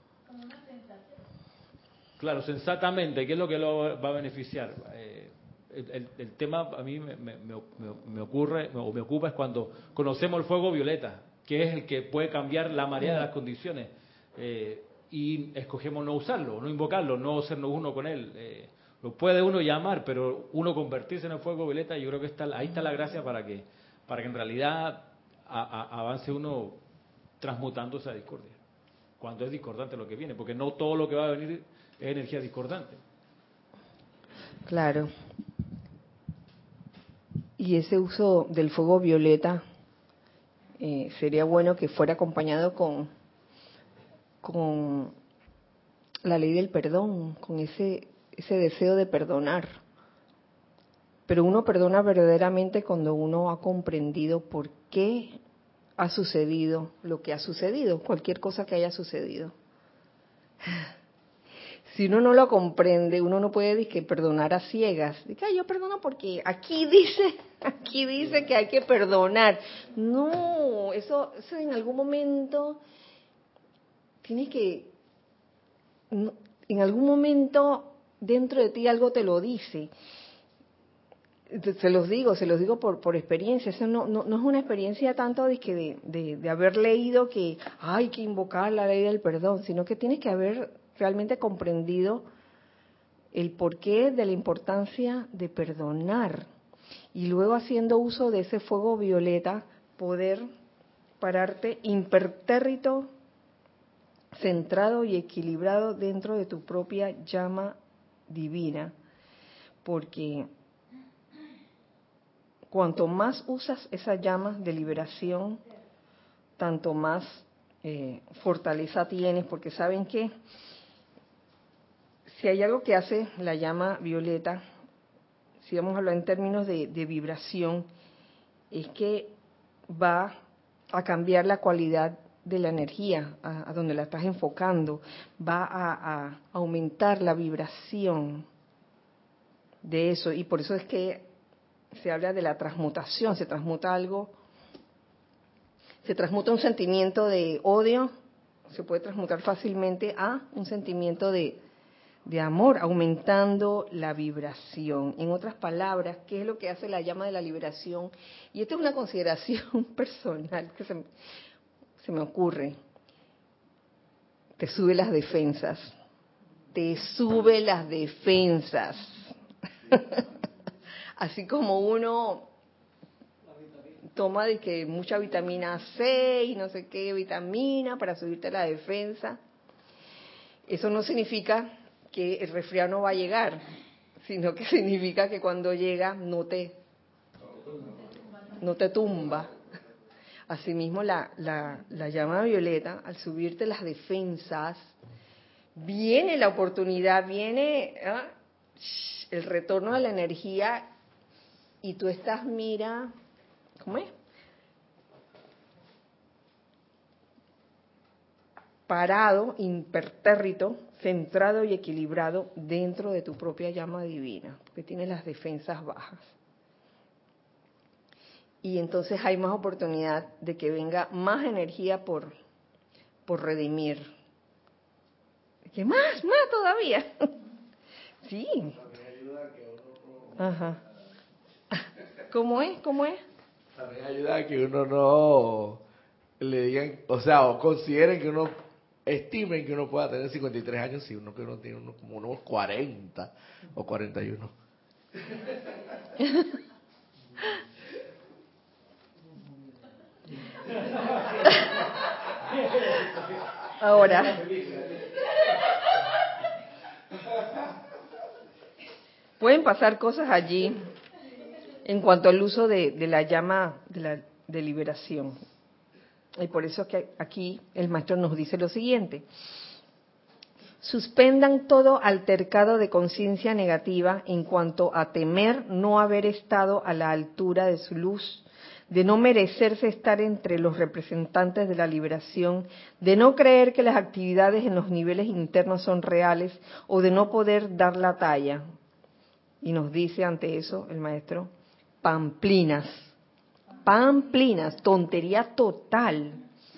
Claro, sensatamente, ¿qué es lo que lo va a beneficiar? El tema a mí me ocurre o me ocupa es cuando conocemos el fuego violeta, que es el que puede cambiar la marea de las condiciones. y escogemos no usarlo, no invocarlo, no hacernos uno con él. Lo puede uno llamar, pero uno convertirse en el fuego violeta, yo creo que ahí está la gracia para que en realidad avance uno transmutando esa discordia. Cuando es discordante lo que viene, porque no todo lo que va a venir es energía discordante. Claro. Y ese uso del fuego violeta sería bueno que fuera acompañado con la ley del perdón, con ese deseo de perdonar. Pero uno perdona verdaderamente cuando uno ha comprendido por qué ha sucedido lo que ha sucedido, cualquier cosa que haya sucedido. Si uno no lo comprende, uno no puede decir que perdonar a ciegas. Dice, yo perdono porque aquí dice que hay que perdonar. No, eso en algún momento tienes que, en algún momento dentro de ti algo te lo dice. Se los digo por experiencia. Eso no es una experiencia tanto de haber leído que hay que invocar la ley del perdón, sino que tienes que haber realmente comprendido el porqué de la importancia de perdonar. Y luego, haciendo uso de ese fuego violeta, poder pararte impertérrito, centrado y equilibrado dentro de tu propia llama divina. Porque cuanto más usas esa llama de liberación, tanto más fortaleza tienes, porque ¿saben qué? Si hay algo que hace la llama violeta, si vamos a hablar en términos de vibración, es que va a cambiar la cualidad de la energía a donde la estás enfocando, va a aumentar la vibración de eso, y por eso es que se habla de la transmutación. Se transmuta algo, se transmuta un sentimiento de odio, se puede transmutar fácilmente a un sentimiento de amor, aumentando la vibración. En otras palabras, ¿qué es lo que hace la llama de la liberación? Y esta es una consideración personal que se me ocurre. Te sube las defensas. Te sube las defensas. Así como uno toma de que mucha vitamina C y no sé qué vitamina para subirte la defensa, eso no significa que el resfriado no va a llegar, sino que significa que cuando llega no te tumba. Asimismo, la llama violeta, al subirte las defensas, viene la oportunidad, viene el retorno de la energía, y tú estás, mira, ¿cómo es? Parado, impertérrito, centrado y equilibrado dentro de tu propia llama divina, porque tienes las defensas bajas. Y entonces hay más oportunidad de que venga más energía por redimir. ¿Qué más? Más todavía. Sí. Ajá. ¿Cómo es? También ayuda a que uno no le digan, o sea, o consideren que uno, estimen que uno pueda tener 53 años si uno tiene como unos 40 o 41. Ahora, pueden pasar cosas allí en cuanto al uso de la llama de liberación. Y por eso es que aquí el maestro nos dice lo siguiente: suspendan todo altercado de conciencia negativa en cuanto a temer no haber estado a la altura de su luz, de no merecerse estar entre los representantes de la liberación, de no creer que las actividades en los niveles internos son reales o de no poder dar la talla. Y nos dice ante eso el maestro: pamplinas, tontería total.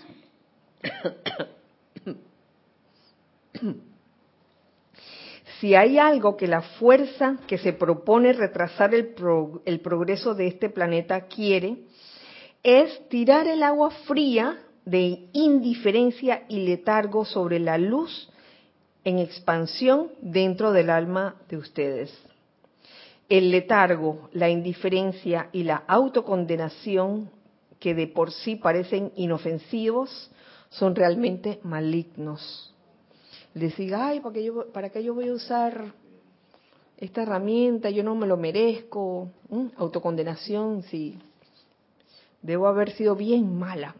Si hay algo que la fuerza que se propone retrasar el progreso de este planeta quiere, es tirar el agua fría de indiferencia y letargo sobre la luz en expansión dentro del alma de ustedes. El letargo, la indiferencia y la autocondenación, que de por sí parecen inofensivos, son realmente malignos. Decir, ay, ¿para qué yo voy a usar esta herramienta? Yo no me lo merezco. Autocondenación, sí. Debo haber sido bien mala.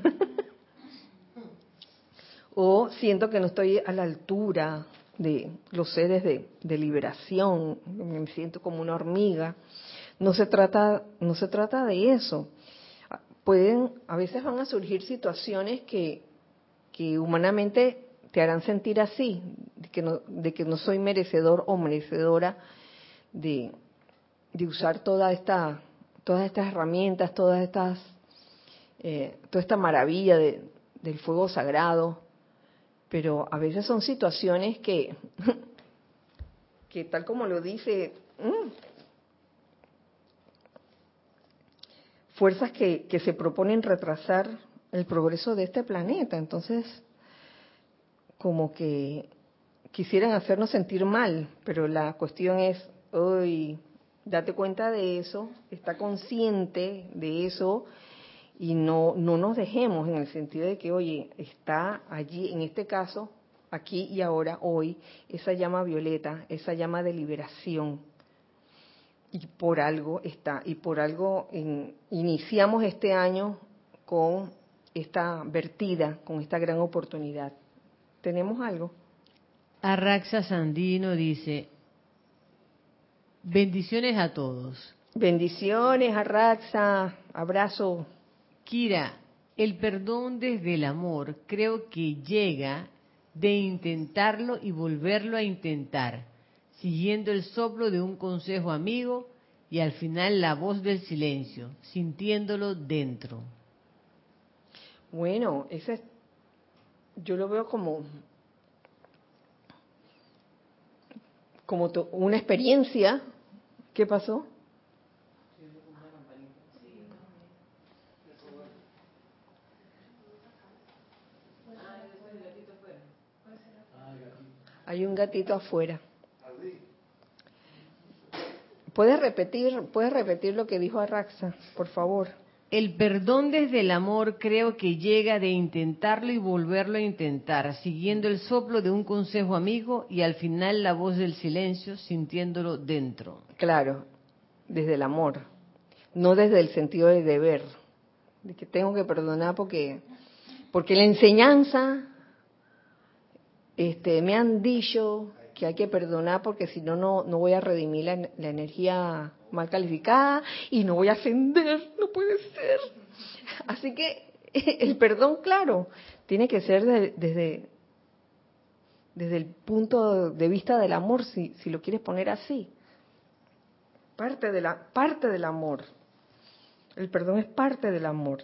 O siento que no estoy a la altura de los seres de liberación, me siento como una hormiga. No se trata de eso. A veces van a surgir situaciones que humanamente te harán sentir así, de que no soy merecedor o merecedora de usar todas estas herramientas, toda esta maravilla del fuego sagrado. Pero a veces son situaciones que tal como lo dice, fuerzas que se proponen retrasar el progreso de este planeta. Entonces, como que quisieran hacernos sentir mal, pero la cuestión es, hoy, date cuenta de eso, está consciente de eso, y no nos dejemos, en el sentido de que, oye, está allí, en este caso, aquí y ahora, hoy, esa llama violeta, esa llama de liberación. Y por algo está, y por algo iniciamos este año con esta vertida, con esta gran oportunidad. ¿Tenemos algo? Arraxa Sandino dice, bendiciones a todos. Bendiciones, Arraxa, abrazo. Kira, el perdón desde el amor creo que llega de intentarlo y volverlo a intentar, siguiendo el soplo de un consejo amigo y al final la voz del silencio, sintiéndolo dentro. Bueno, yo lo veo como una experiencia. ¿Qué pasó? Hay un gatito afuera. ¿Puedes repetir lo que dijo Arraxa, por favor? El perdón desde el amor creo que llega de intentarlo y volverlo a intentar, siguiendo el soplo de un consejo amigo y al final la voz del silencio, sintiéndolo dentro. Claro, desde el amor, no desde el sentido de deber, de que tengo que perdonar porque la enseñanza, me han dicho que hay que perdonar porque si no, no voy a redimir la energía mal calificada y no voy a ascender, no puede ser. Así que el perdón, claro, tiene que ser desde el punto de vista del amor, si lo quieres poner así. Parte del amor. El perdón es parte del amor.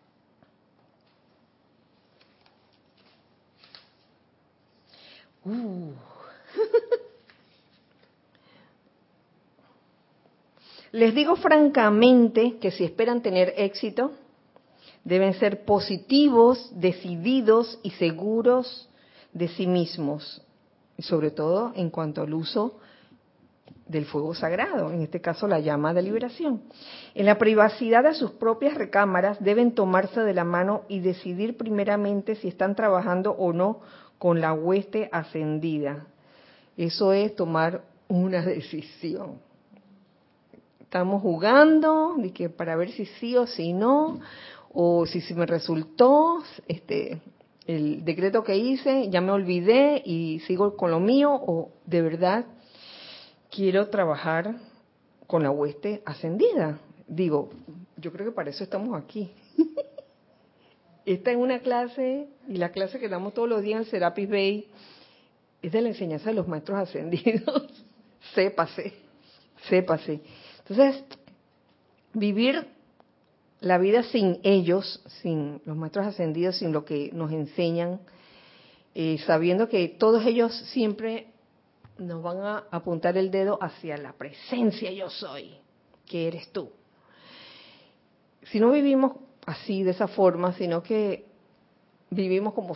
Les digo francamente que si esperan tener éxito, deben ser positivos, decididos y seguros de sí mismos, y sobre todo en cuanto al uso del fuego sagrado, en este caso la llama de liberación. En la privacidad de sus propias recámaras deben tomarse de la mano y decidir primeramente si están trabajando o no con la hueste ascendida. Eso es tomar una decisión. Estamos jugando de que para ver si sí o si no, o si me resultó el decreto que hice, ya me olvidé y sigo con lo mío, o de verdad quiero trabajar con la hueste ascendida. Digo, yo creo que para eso estamos aquí. Esta es una clase, y la clase que damos todos los días en Serapis Bay es de la enseñanza de los maestros ascendidos. Sépase. Entonces, vivir la vida sin ellos, sin los maestros ascendidos, sin lo que nos enseñan, sabiendo que todos ellos siempre nos van a apuntar el dedo hacia la presencia yo soy, que eres tú. Si no vivimos así, de esa forma, sino que vivimos como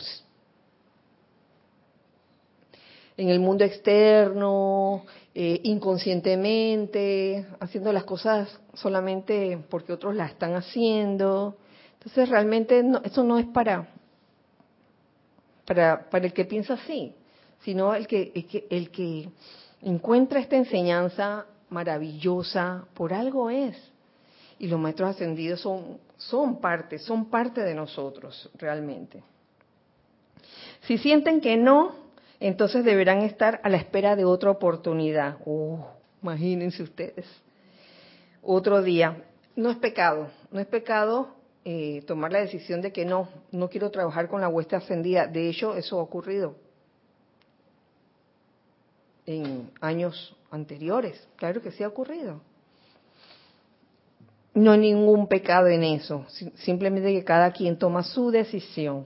en el mundo externo, inconscientemente, haciendo las cosas solamente porque otros las están haciendo. Entonces realmente eso no es para el que piensa así, sino el que encuentra esta enseñanza maravillosa, por algo es. Y los maestros ascendidos son parte de nosotros, realmente. Si sienten que no, entonces deberán estar a la espera de otra oportunidad. Imagínense ustedes. Otro día. No es pecado tomar la decisión de que no quiero trabajar con la hueste ascendida. De hecho, eso ha ocurrido en años anteriores. Claro que sí ha ocurrido. No hay ningún pecado en eso. Simplemente que cada quien toma su decisión.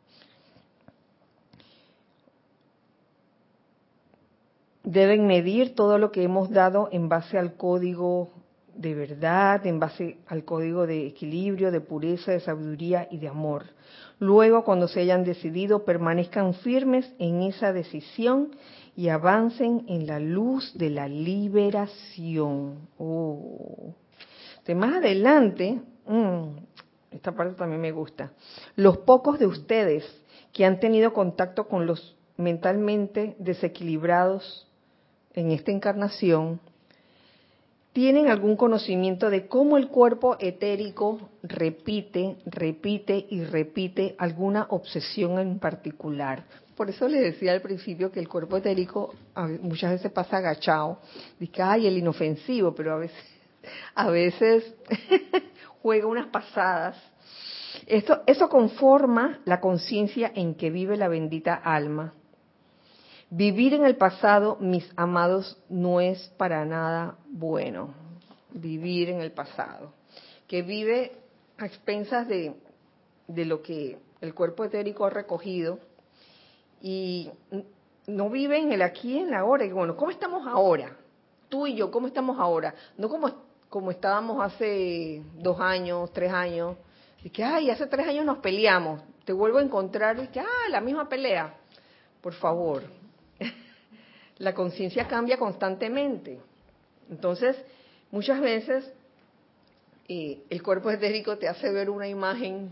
Deben medir todo lo que hemos dado en base al código de verdad, en base al código de equilibrio, de pureza, de sabiduría y de amor. Luego, cuando se hayan decidido, permanezcan firmes en esa decisión y avancen en la luz de la liberación. Más adelante, esta parte también me gusta. Los pocos de ustedes que han tenido contacto con los mentalmente desequilibrados en esta encarnación, tienen algún conocimiento de cómo el cuerpo etérico repite y repite alguna obsesión en particular. Por eso les decía al principio que el cuerpo etérico muchas veces pasa agachado. Dice, ay, el inofensivo, pero a veces juega unas pasadas. Eso conforma la conciencia en que vive la bendita alma. Vivir en el pasado, mis amados, no es para nada bueno. Vivir en el pasado. Que vive a expensas de lo que el cuerpo etérico ha recogido y no vive en el aquí y en la ahora. Y bueno, ¿cómo estamos ahora? Tú y yo, ¿cómo estamos ahora? No como estábamos hace 2 años, 3 años. Y que, ay, hace 3 años nos peleamos. Te vuelvo a encontrar y que, la misma pelea. Por favor. La conciencia cambia constantemente. Entonces, muchas veces el cuerpo etérico te hace ver una imagen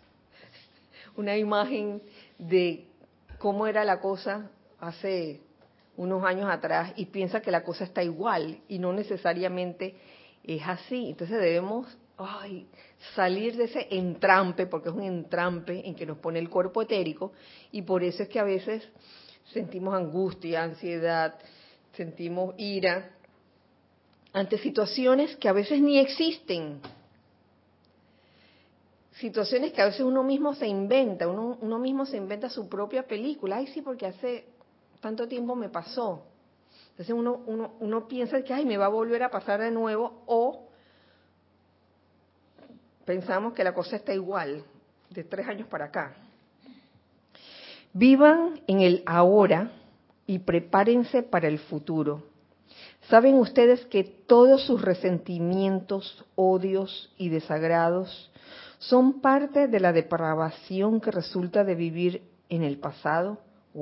de cómo era la cosa hace unos años atrás y piensa que la cosa está igual y no necesariamente es así. Entonces debemos salir de ese entrampe, porque es un entrampe en que nos pone el cuerpo etérico, y por eso es que a veces sentimos angustia, ansiedad, sentimos ira ante situaciones que a veces ni existen. Situaciones que a veces uno mismo se inventa, uno mismo se inventa su propia película. Ay, sí, porque hace tanto tiempo me pasó. Entonces uno piensa que me va a volver a pasar de nuevo, o pensamos que la cosa está igual de 3 años para acá. Vivan en el ahora y prepárense para el futuro. ¿Saben ustedes que todos sus resentimientos, odios y desagrados son parte de la depravación que resulta de vivir en el pasado?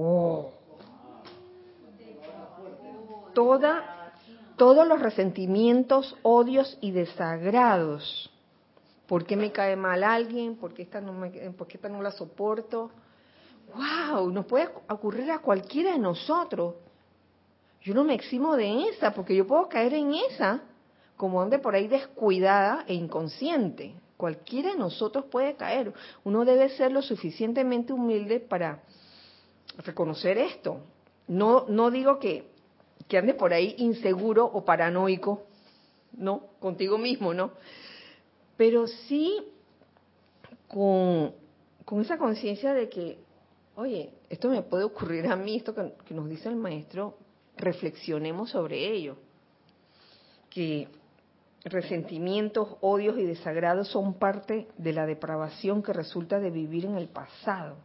Todos los resentimientos, odios y desagrados. ¿Por qué me cae mal alguien? ¿Por qué esta no la soporto? ¡Wow! Nos puede ocurrir a cualquiera de nosotros. Yo no me eximo de esa, porque yo puedo caer en esa, como ande por ahí descuidada e inconsciente. Cualquiera de nosotros puede caer. Uno debe ser lo suficientemente humilde para reconocer esto. No digo que ande por ahí inseguro o paranoico, ¿no? Contigo mismo, ¿no? Pero sí con esa conciencia de que, oye, esto me puede ocurrir a mí, esto que nos dice el maestro, reflexionemos sobre ello. Que resentimientos, odios y desagrados son parte de la depravación que resulta de vivir en el pasado.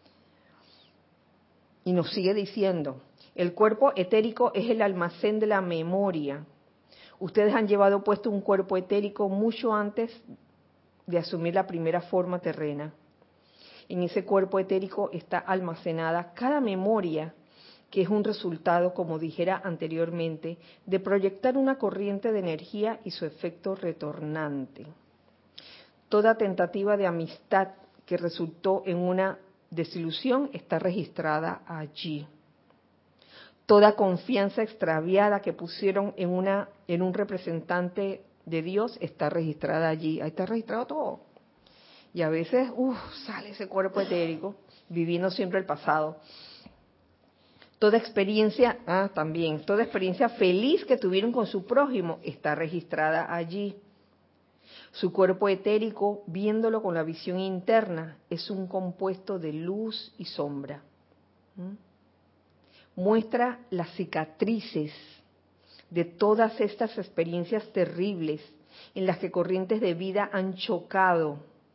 Y nos sigue diciendo, el cuerpo etérico es el almacén de la memoria. Ustedes han llevado puesto un cuerpo etérico mucho antes de asumir la primera forma terrena. En ese cuerpo etérico está almacenada cada memoria, que es un resultado, como dijera anteriormente, de proyectar una corriente de energía y su efecto retornante. Toda tentativa de amistad que resultó en una desilusión está registrada allí. Toda confianza extraviada que pusieron en un representante de Dios está registrada allí. Ahí está registrado todo. Y a veces, sale ese cuerpo etérico, viviendo siempre el pasado. Toda experiencia, toda experiencia feliz que tuvieron con su prójimo está registrada allí. Su cuerpo etérico, viéndolo con la visión interna, es un compuesto de luz y sombra. Muestra las cicatrices de todas estas experiencias terribles en las que corrientes de vida han chocado.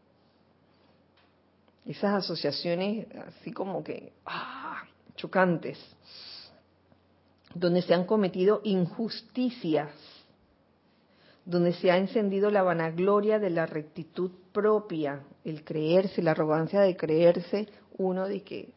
Esas asociaciones así como que chocantes, donde se han cometido injusticias, donde se ha encendido la vanagloria de la rectitud propia, el creerse, la arrogancia de creerse uno de que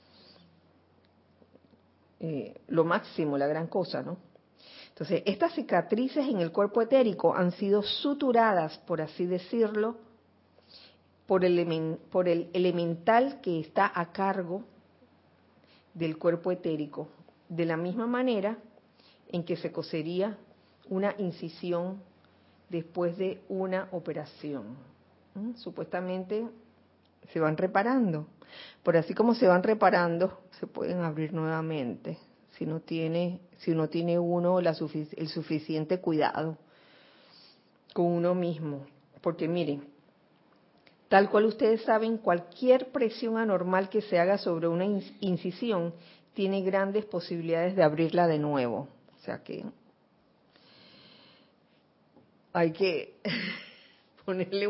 lo máximo, la gran cosa, ¿no? Entonces, estas cicatrices en el cuerpo etérico han sido suturadas, por así decirlo, por el elemental que está a cargo del cuerpo etérico, de la misma manera en que se cosería una incisión después de una operación. Supuestamente se van reparando, pero así como se van reparando, se pueden abrir nuevamente si no tiene uno el suficiente cuidado con uno mismo. Porque miren, tal cual ustedes saben, cualquier presión anormal que se haga sobre una incisión tiene grandes posibilidades de abrirla de nuevo. O sea que hay que ponerle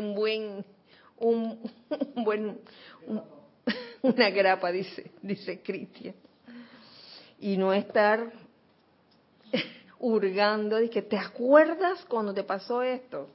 una grapa, dice Cristian, y no estar hurgando de que te acuerdas cuando te pasó esto.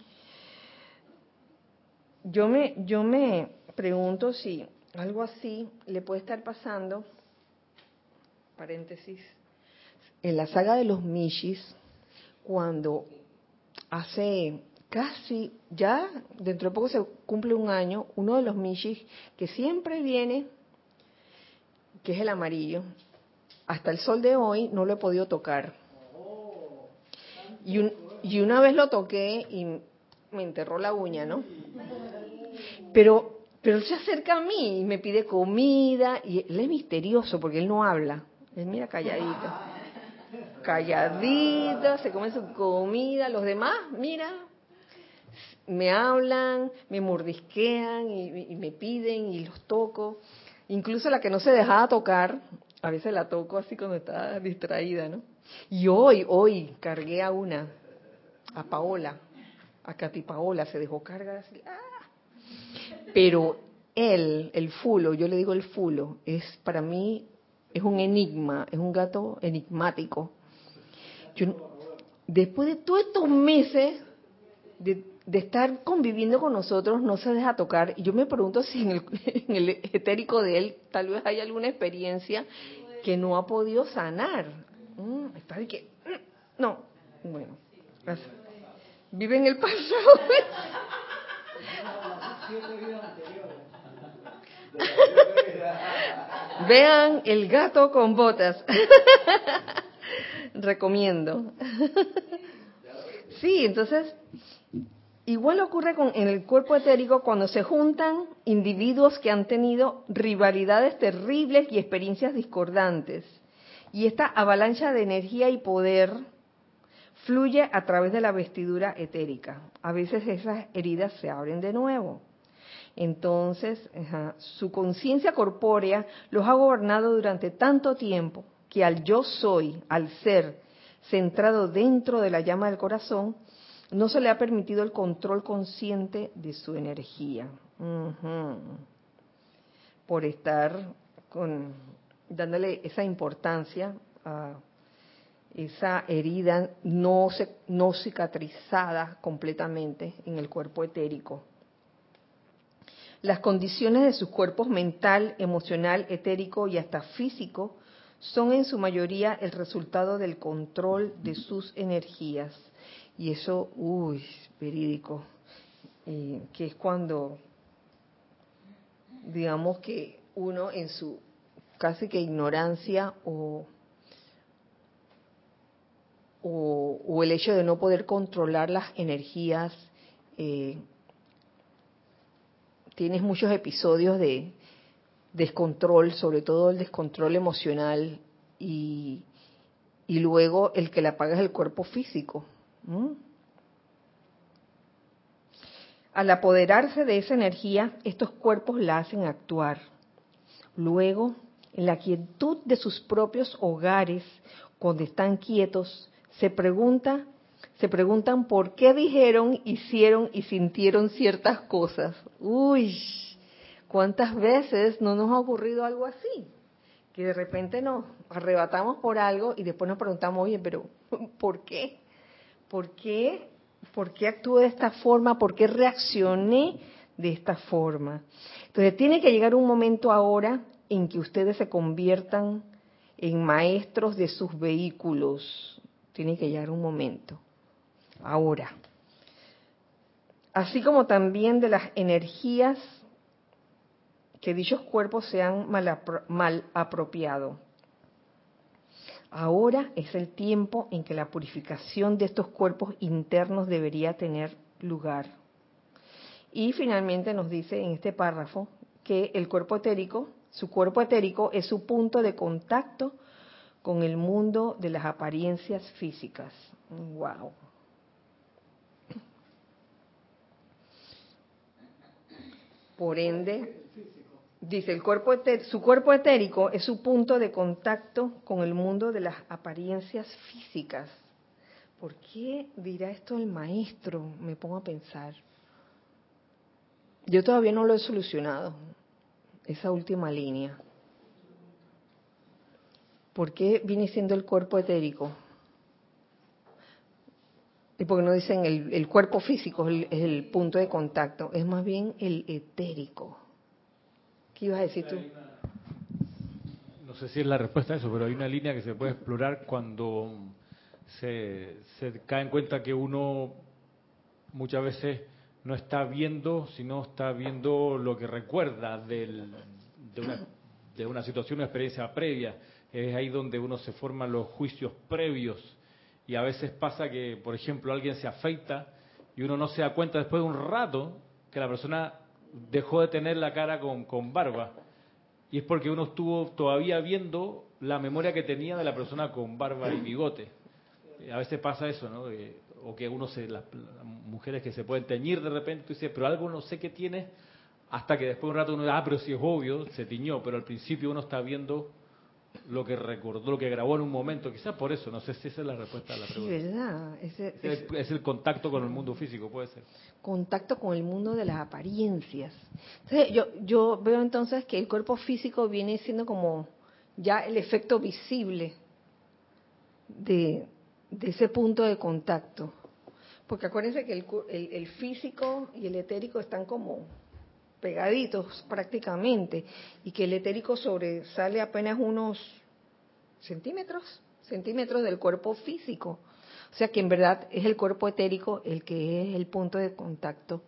Yo me pregunto si algo así le puede estar pasando, paréntesis, en la saga de los Mishis, cuando hace casi, ya dentro de poco se cumple un año, uno de los Mishis que siempre viene, que es el amarillo, hasta el sol de hoy no lo he podido tocar. Y una vez lo toqué y me enterró la uña, ¿no? Pero él se acerca a mí y me pide comida, y él es misterioso porque él no habla. Él mira calladito. Calladito, se come su comida. Los demás, mira, me hablan, me mordisquean y me piden y los toco. Incluso la que no se dejaba tocar, a veces la toco así cuando está distraída, ¿no? Y hoy cargué a Paola, a Katy Paola, se dejó cargar así. Pero el fulo, yo le digo el fulo, para mí es un enigma, es un gato enigmático. Después de todos estos meses de estar conviviendo con nosotros, no se deja tocar. Y yo me pregunto si en el etérico de él tal vez hay alguna experiencia que no ha podido sanar. Está de que, no, bueno, vive en el pasado. Vean El gato con botas. Recomiendo. Sí, entonces, igual ocurre en el cuerpo etérico cuando se juntan individuos que han tenido rivalidades terribles y experiencias discordantes. Y esta avalancha de energía y poder fluye a través de la vestidura etérica. A veces esas heridas se abren de nuevo. Entonces, su conciencia corpórea los ha gobernado durante tanto tiempo que al yo soy, al ser centrado dentro de la llama del corazón, no se le ha permitido el control consciente de su energía. Por estar dándole esa importancia a esa herida no cicatrizada completamente en el cuerpo etérico. Las condiciones de sus cuerpos mental, emocional, etérico y hasta físico son en su mayoría el resultado del control de sus energías. Y eso, verídico, que es cuando, digamos que uno en su casi que ignorancia o el hecho de no poder controlar las energías, tienes muchos episodios de descontrol, sobre todo el descontrol emocional, y luego el que la paga es el cuerpo físico. Al apoderarse de esa energía, estos cuerpos la hacen actuar. Luego, en la quietud de sus propios hogares, cuando están quietos, se preguntan por qué dijeron, hicieron y sintieron ciertas cosas. ¿Cuántas veces no nos ha ocurrido algo así? Que de repente nos arrebatamos por algo y después nos preguntamos, oye, pero ¿por qué? ¿Por qué actué de esta forma? ¿Por qué reaccioné de esta forma? Entonces tiene que llegar un momento ahora en que ustedes se conviertan en maestros de sus vehículos. Tiene que llegar un momento. Ahora. Así como también de las energías que dichos cuerpos se han mal apropiado. Ahora es el tiempo en que la purificación de estos cuerpos internos debería tener lugar. Y finalmente nos dice en este párrafo que el cuerpo etérico, su cuerpo etérico es su punto de contacto con el mundo de las apariencias físicas. ¡Wow! Por ende, dice, su cuerpo etérico es su punto de contacto con el mundo de las apariencias físicas. ¿Por qué dirá esto el maestro? Me pongo a pensar. Yo todavía no lo he solucionado, esa última línea. ¿Por qué viene siendo el cuerpo etérico? ¿Y por qué no dicen el cuerpo físico es el punto de contacto? Es más bien el etérico. ¿Qué ibas a decir tú? No sé si es la respuesta a eso, pero hay una línea que se puede explorar cuando se cae en cuenta que uno muchas veces no está viendo, sino está viendo lo que recuerda de una situación, una experiencia previa. Es ahí donde uno se forman los juicios previos. Y a veces pasa que, por ejemplo, alguien se afeita y uno no se da cuenta después de un rato que la persona dejó de tener la cara con barba. Y es porque uno estuvo todavía viendo la memoria que tenía de la persona con barba y bigote. A veces pasa eso, ¿no? O que las mujeres que se pueden teñir de repente, tú dices, pero algo no sé qué tiene, hasta que después de un rato uno dice, pero si es obvio, se tiñó, pero al principio uno está viendo lo que recordó, lo que grabó en un momento, quizás por eso, no sé si esa es la respuesta a la pregunta. Sí, ¿verdad? Es el contacto con el mundo físico, puede ser. Contacto con el mundo de las apariencias. Entonces, yo veo entonces que el cuerpo físico viene siendo como ya el efecto visible de ese punto de contacto. Porque acuérdense que el físico y el etérico están como pegaditos prácticamente, y que el etérico sobresale apenas unos centímetros del cuerpo físico. O sea que en verdad es el cuerpo etérico el que es el punto de contacto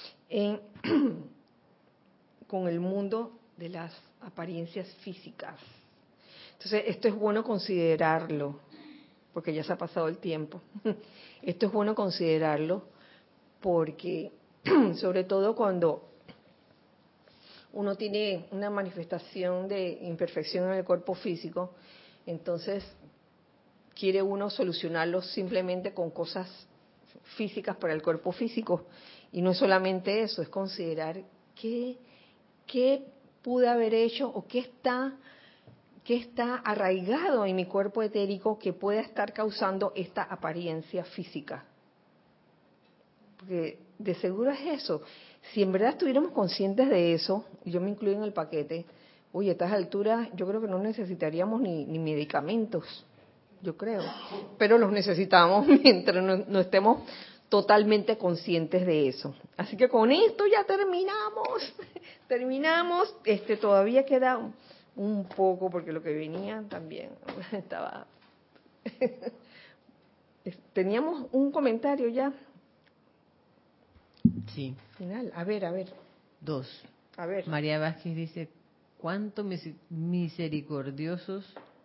con el mundo de las apariencias físicas. Entonces esto es bueno considerarlo, porque ya se ha pasado el tiempo. Esto es bueno considerarlo porque, sobre todo cuando uno tiene una manifestación de imperfección en el cuerpo físico, entonces quiere uno solucionarlo simplemente con cosas físicas para el cuerpo físico. Y no es solamente eso, es considerar qué pude haber hecho o qué está arraigado en mi cuerpo etérico que pueda estar causando esta apariencia física. Porque de seguro es eso. Si en verdad estuviéramos conscientes de eso, y yo me incluyo en el paquete, oye, a estas alturas yo creo que no necesitaríamos ni medicamentos, yo creo. Pero los necesitamos mientras no estemos totalmente conscientes de eso. Así que con esto ya terminamos. Terminamos. Todavía queda un poco, porque lo que venía también estaba... Teníamos un comentario ya. Sí. Final. A ver. 2. A ver. María Vázquez dice, ¿cuánto misericordiosos,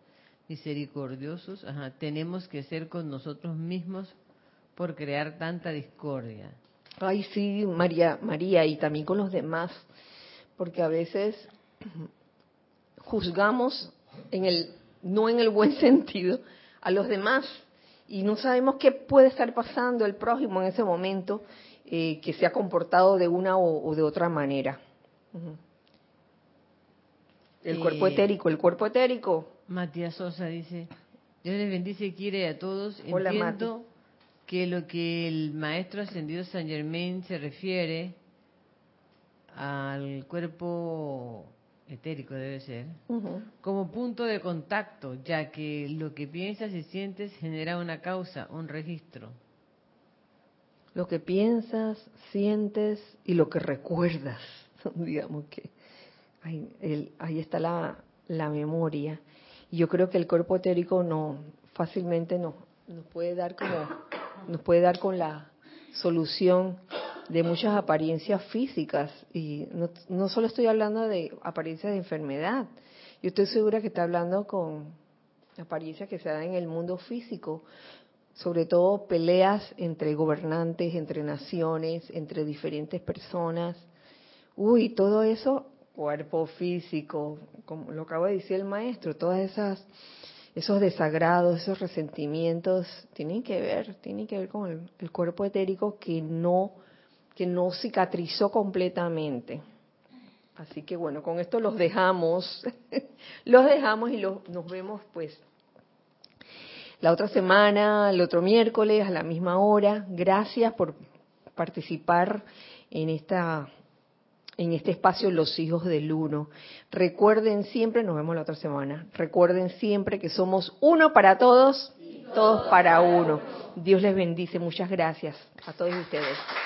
tenemos que ser con nosotros mismos por crear tanta discordia? Ay, sí, María, y también con los demás, porque a veces juzgamos no en el buen sentido, a los demás, y no sabemos qué puede estar pasando el prójimo en ese momento, que se ha comportado de una o de otra manera. El cuerpo etérico. Matías Sosa dice, Dios les bendice y quiere a todos. Hola, Entiendo Mati. que lo que el maestro ascendido Saint Germain se refiere al cuerpo etérico, debe ser, como punto de contacto, ya que lo que piensas y sientes genera una causa, un registro. Lo que piensas, sientes y lo que recuerdas, digamos que ahí está la memoria. Y yo creo que el cuerpo etérico fácilmente nos puede dar con la solución de muchas apariencias físicas. Y no solo estoy hablando de apariencias de enfermedad. Yo estoy segura que está hablando con apariencias que se dan en el mundo físico, sobre todo peleas entre gobernantes, entre naciones, entre diferentes personas. Todo eso, cuerpo físico, como lo acaba de decir el maestro, esos desagrados, esos resentimientos, tienen que ver con el cuerpo etérico que no cicatrizó completamente. Así que bueno, con esto los dejamos y nos vemos pues la otra semana, el otro miércoles a la misma hora. Gracias por participar en este espacio Los Hijos del Uno. Recuerden siempre, nos vemos la otra semana, recuerden siempre que somos uno para todos, todos para uno. Dios les bendice, muchas gracias a todos ustedes.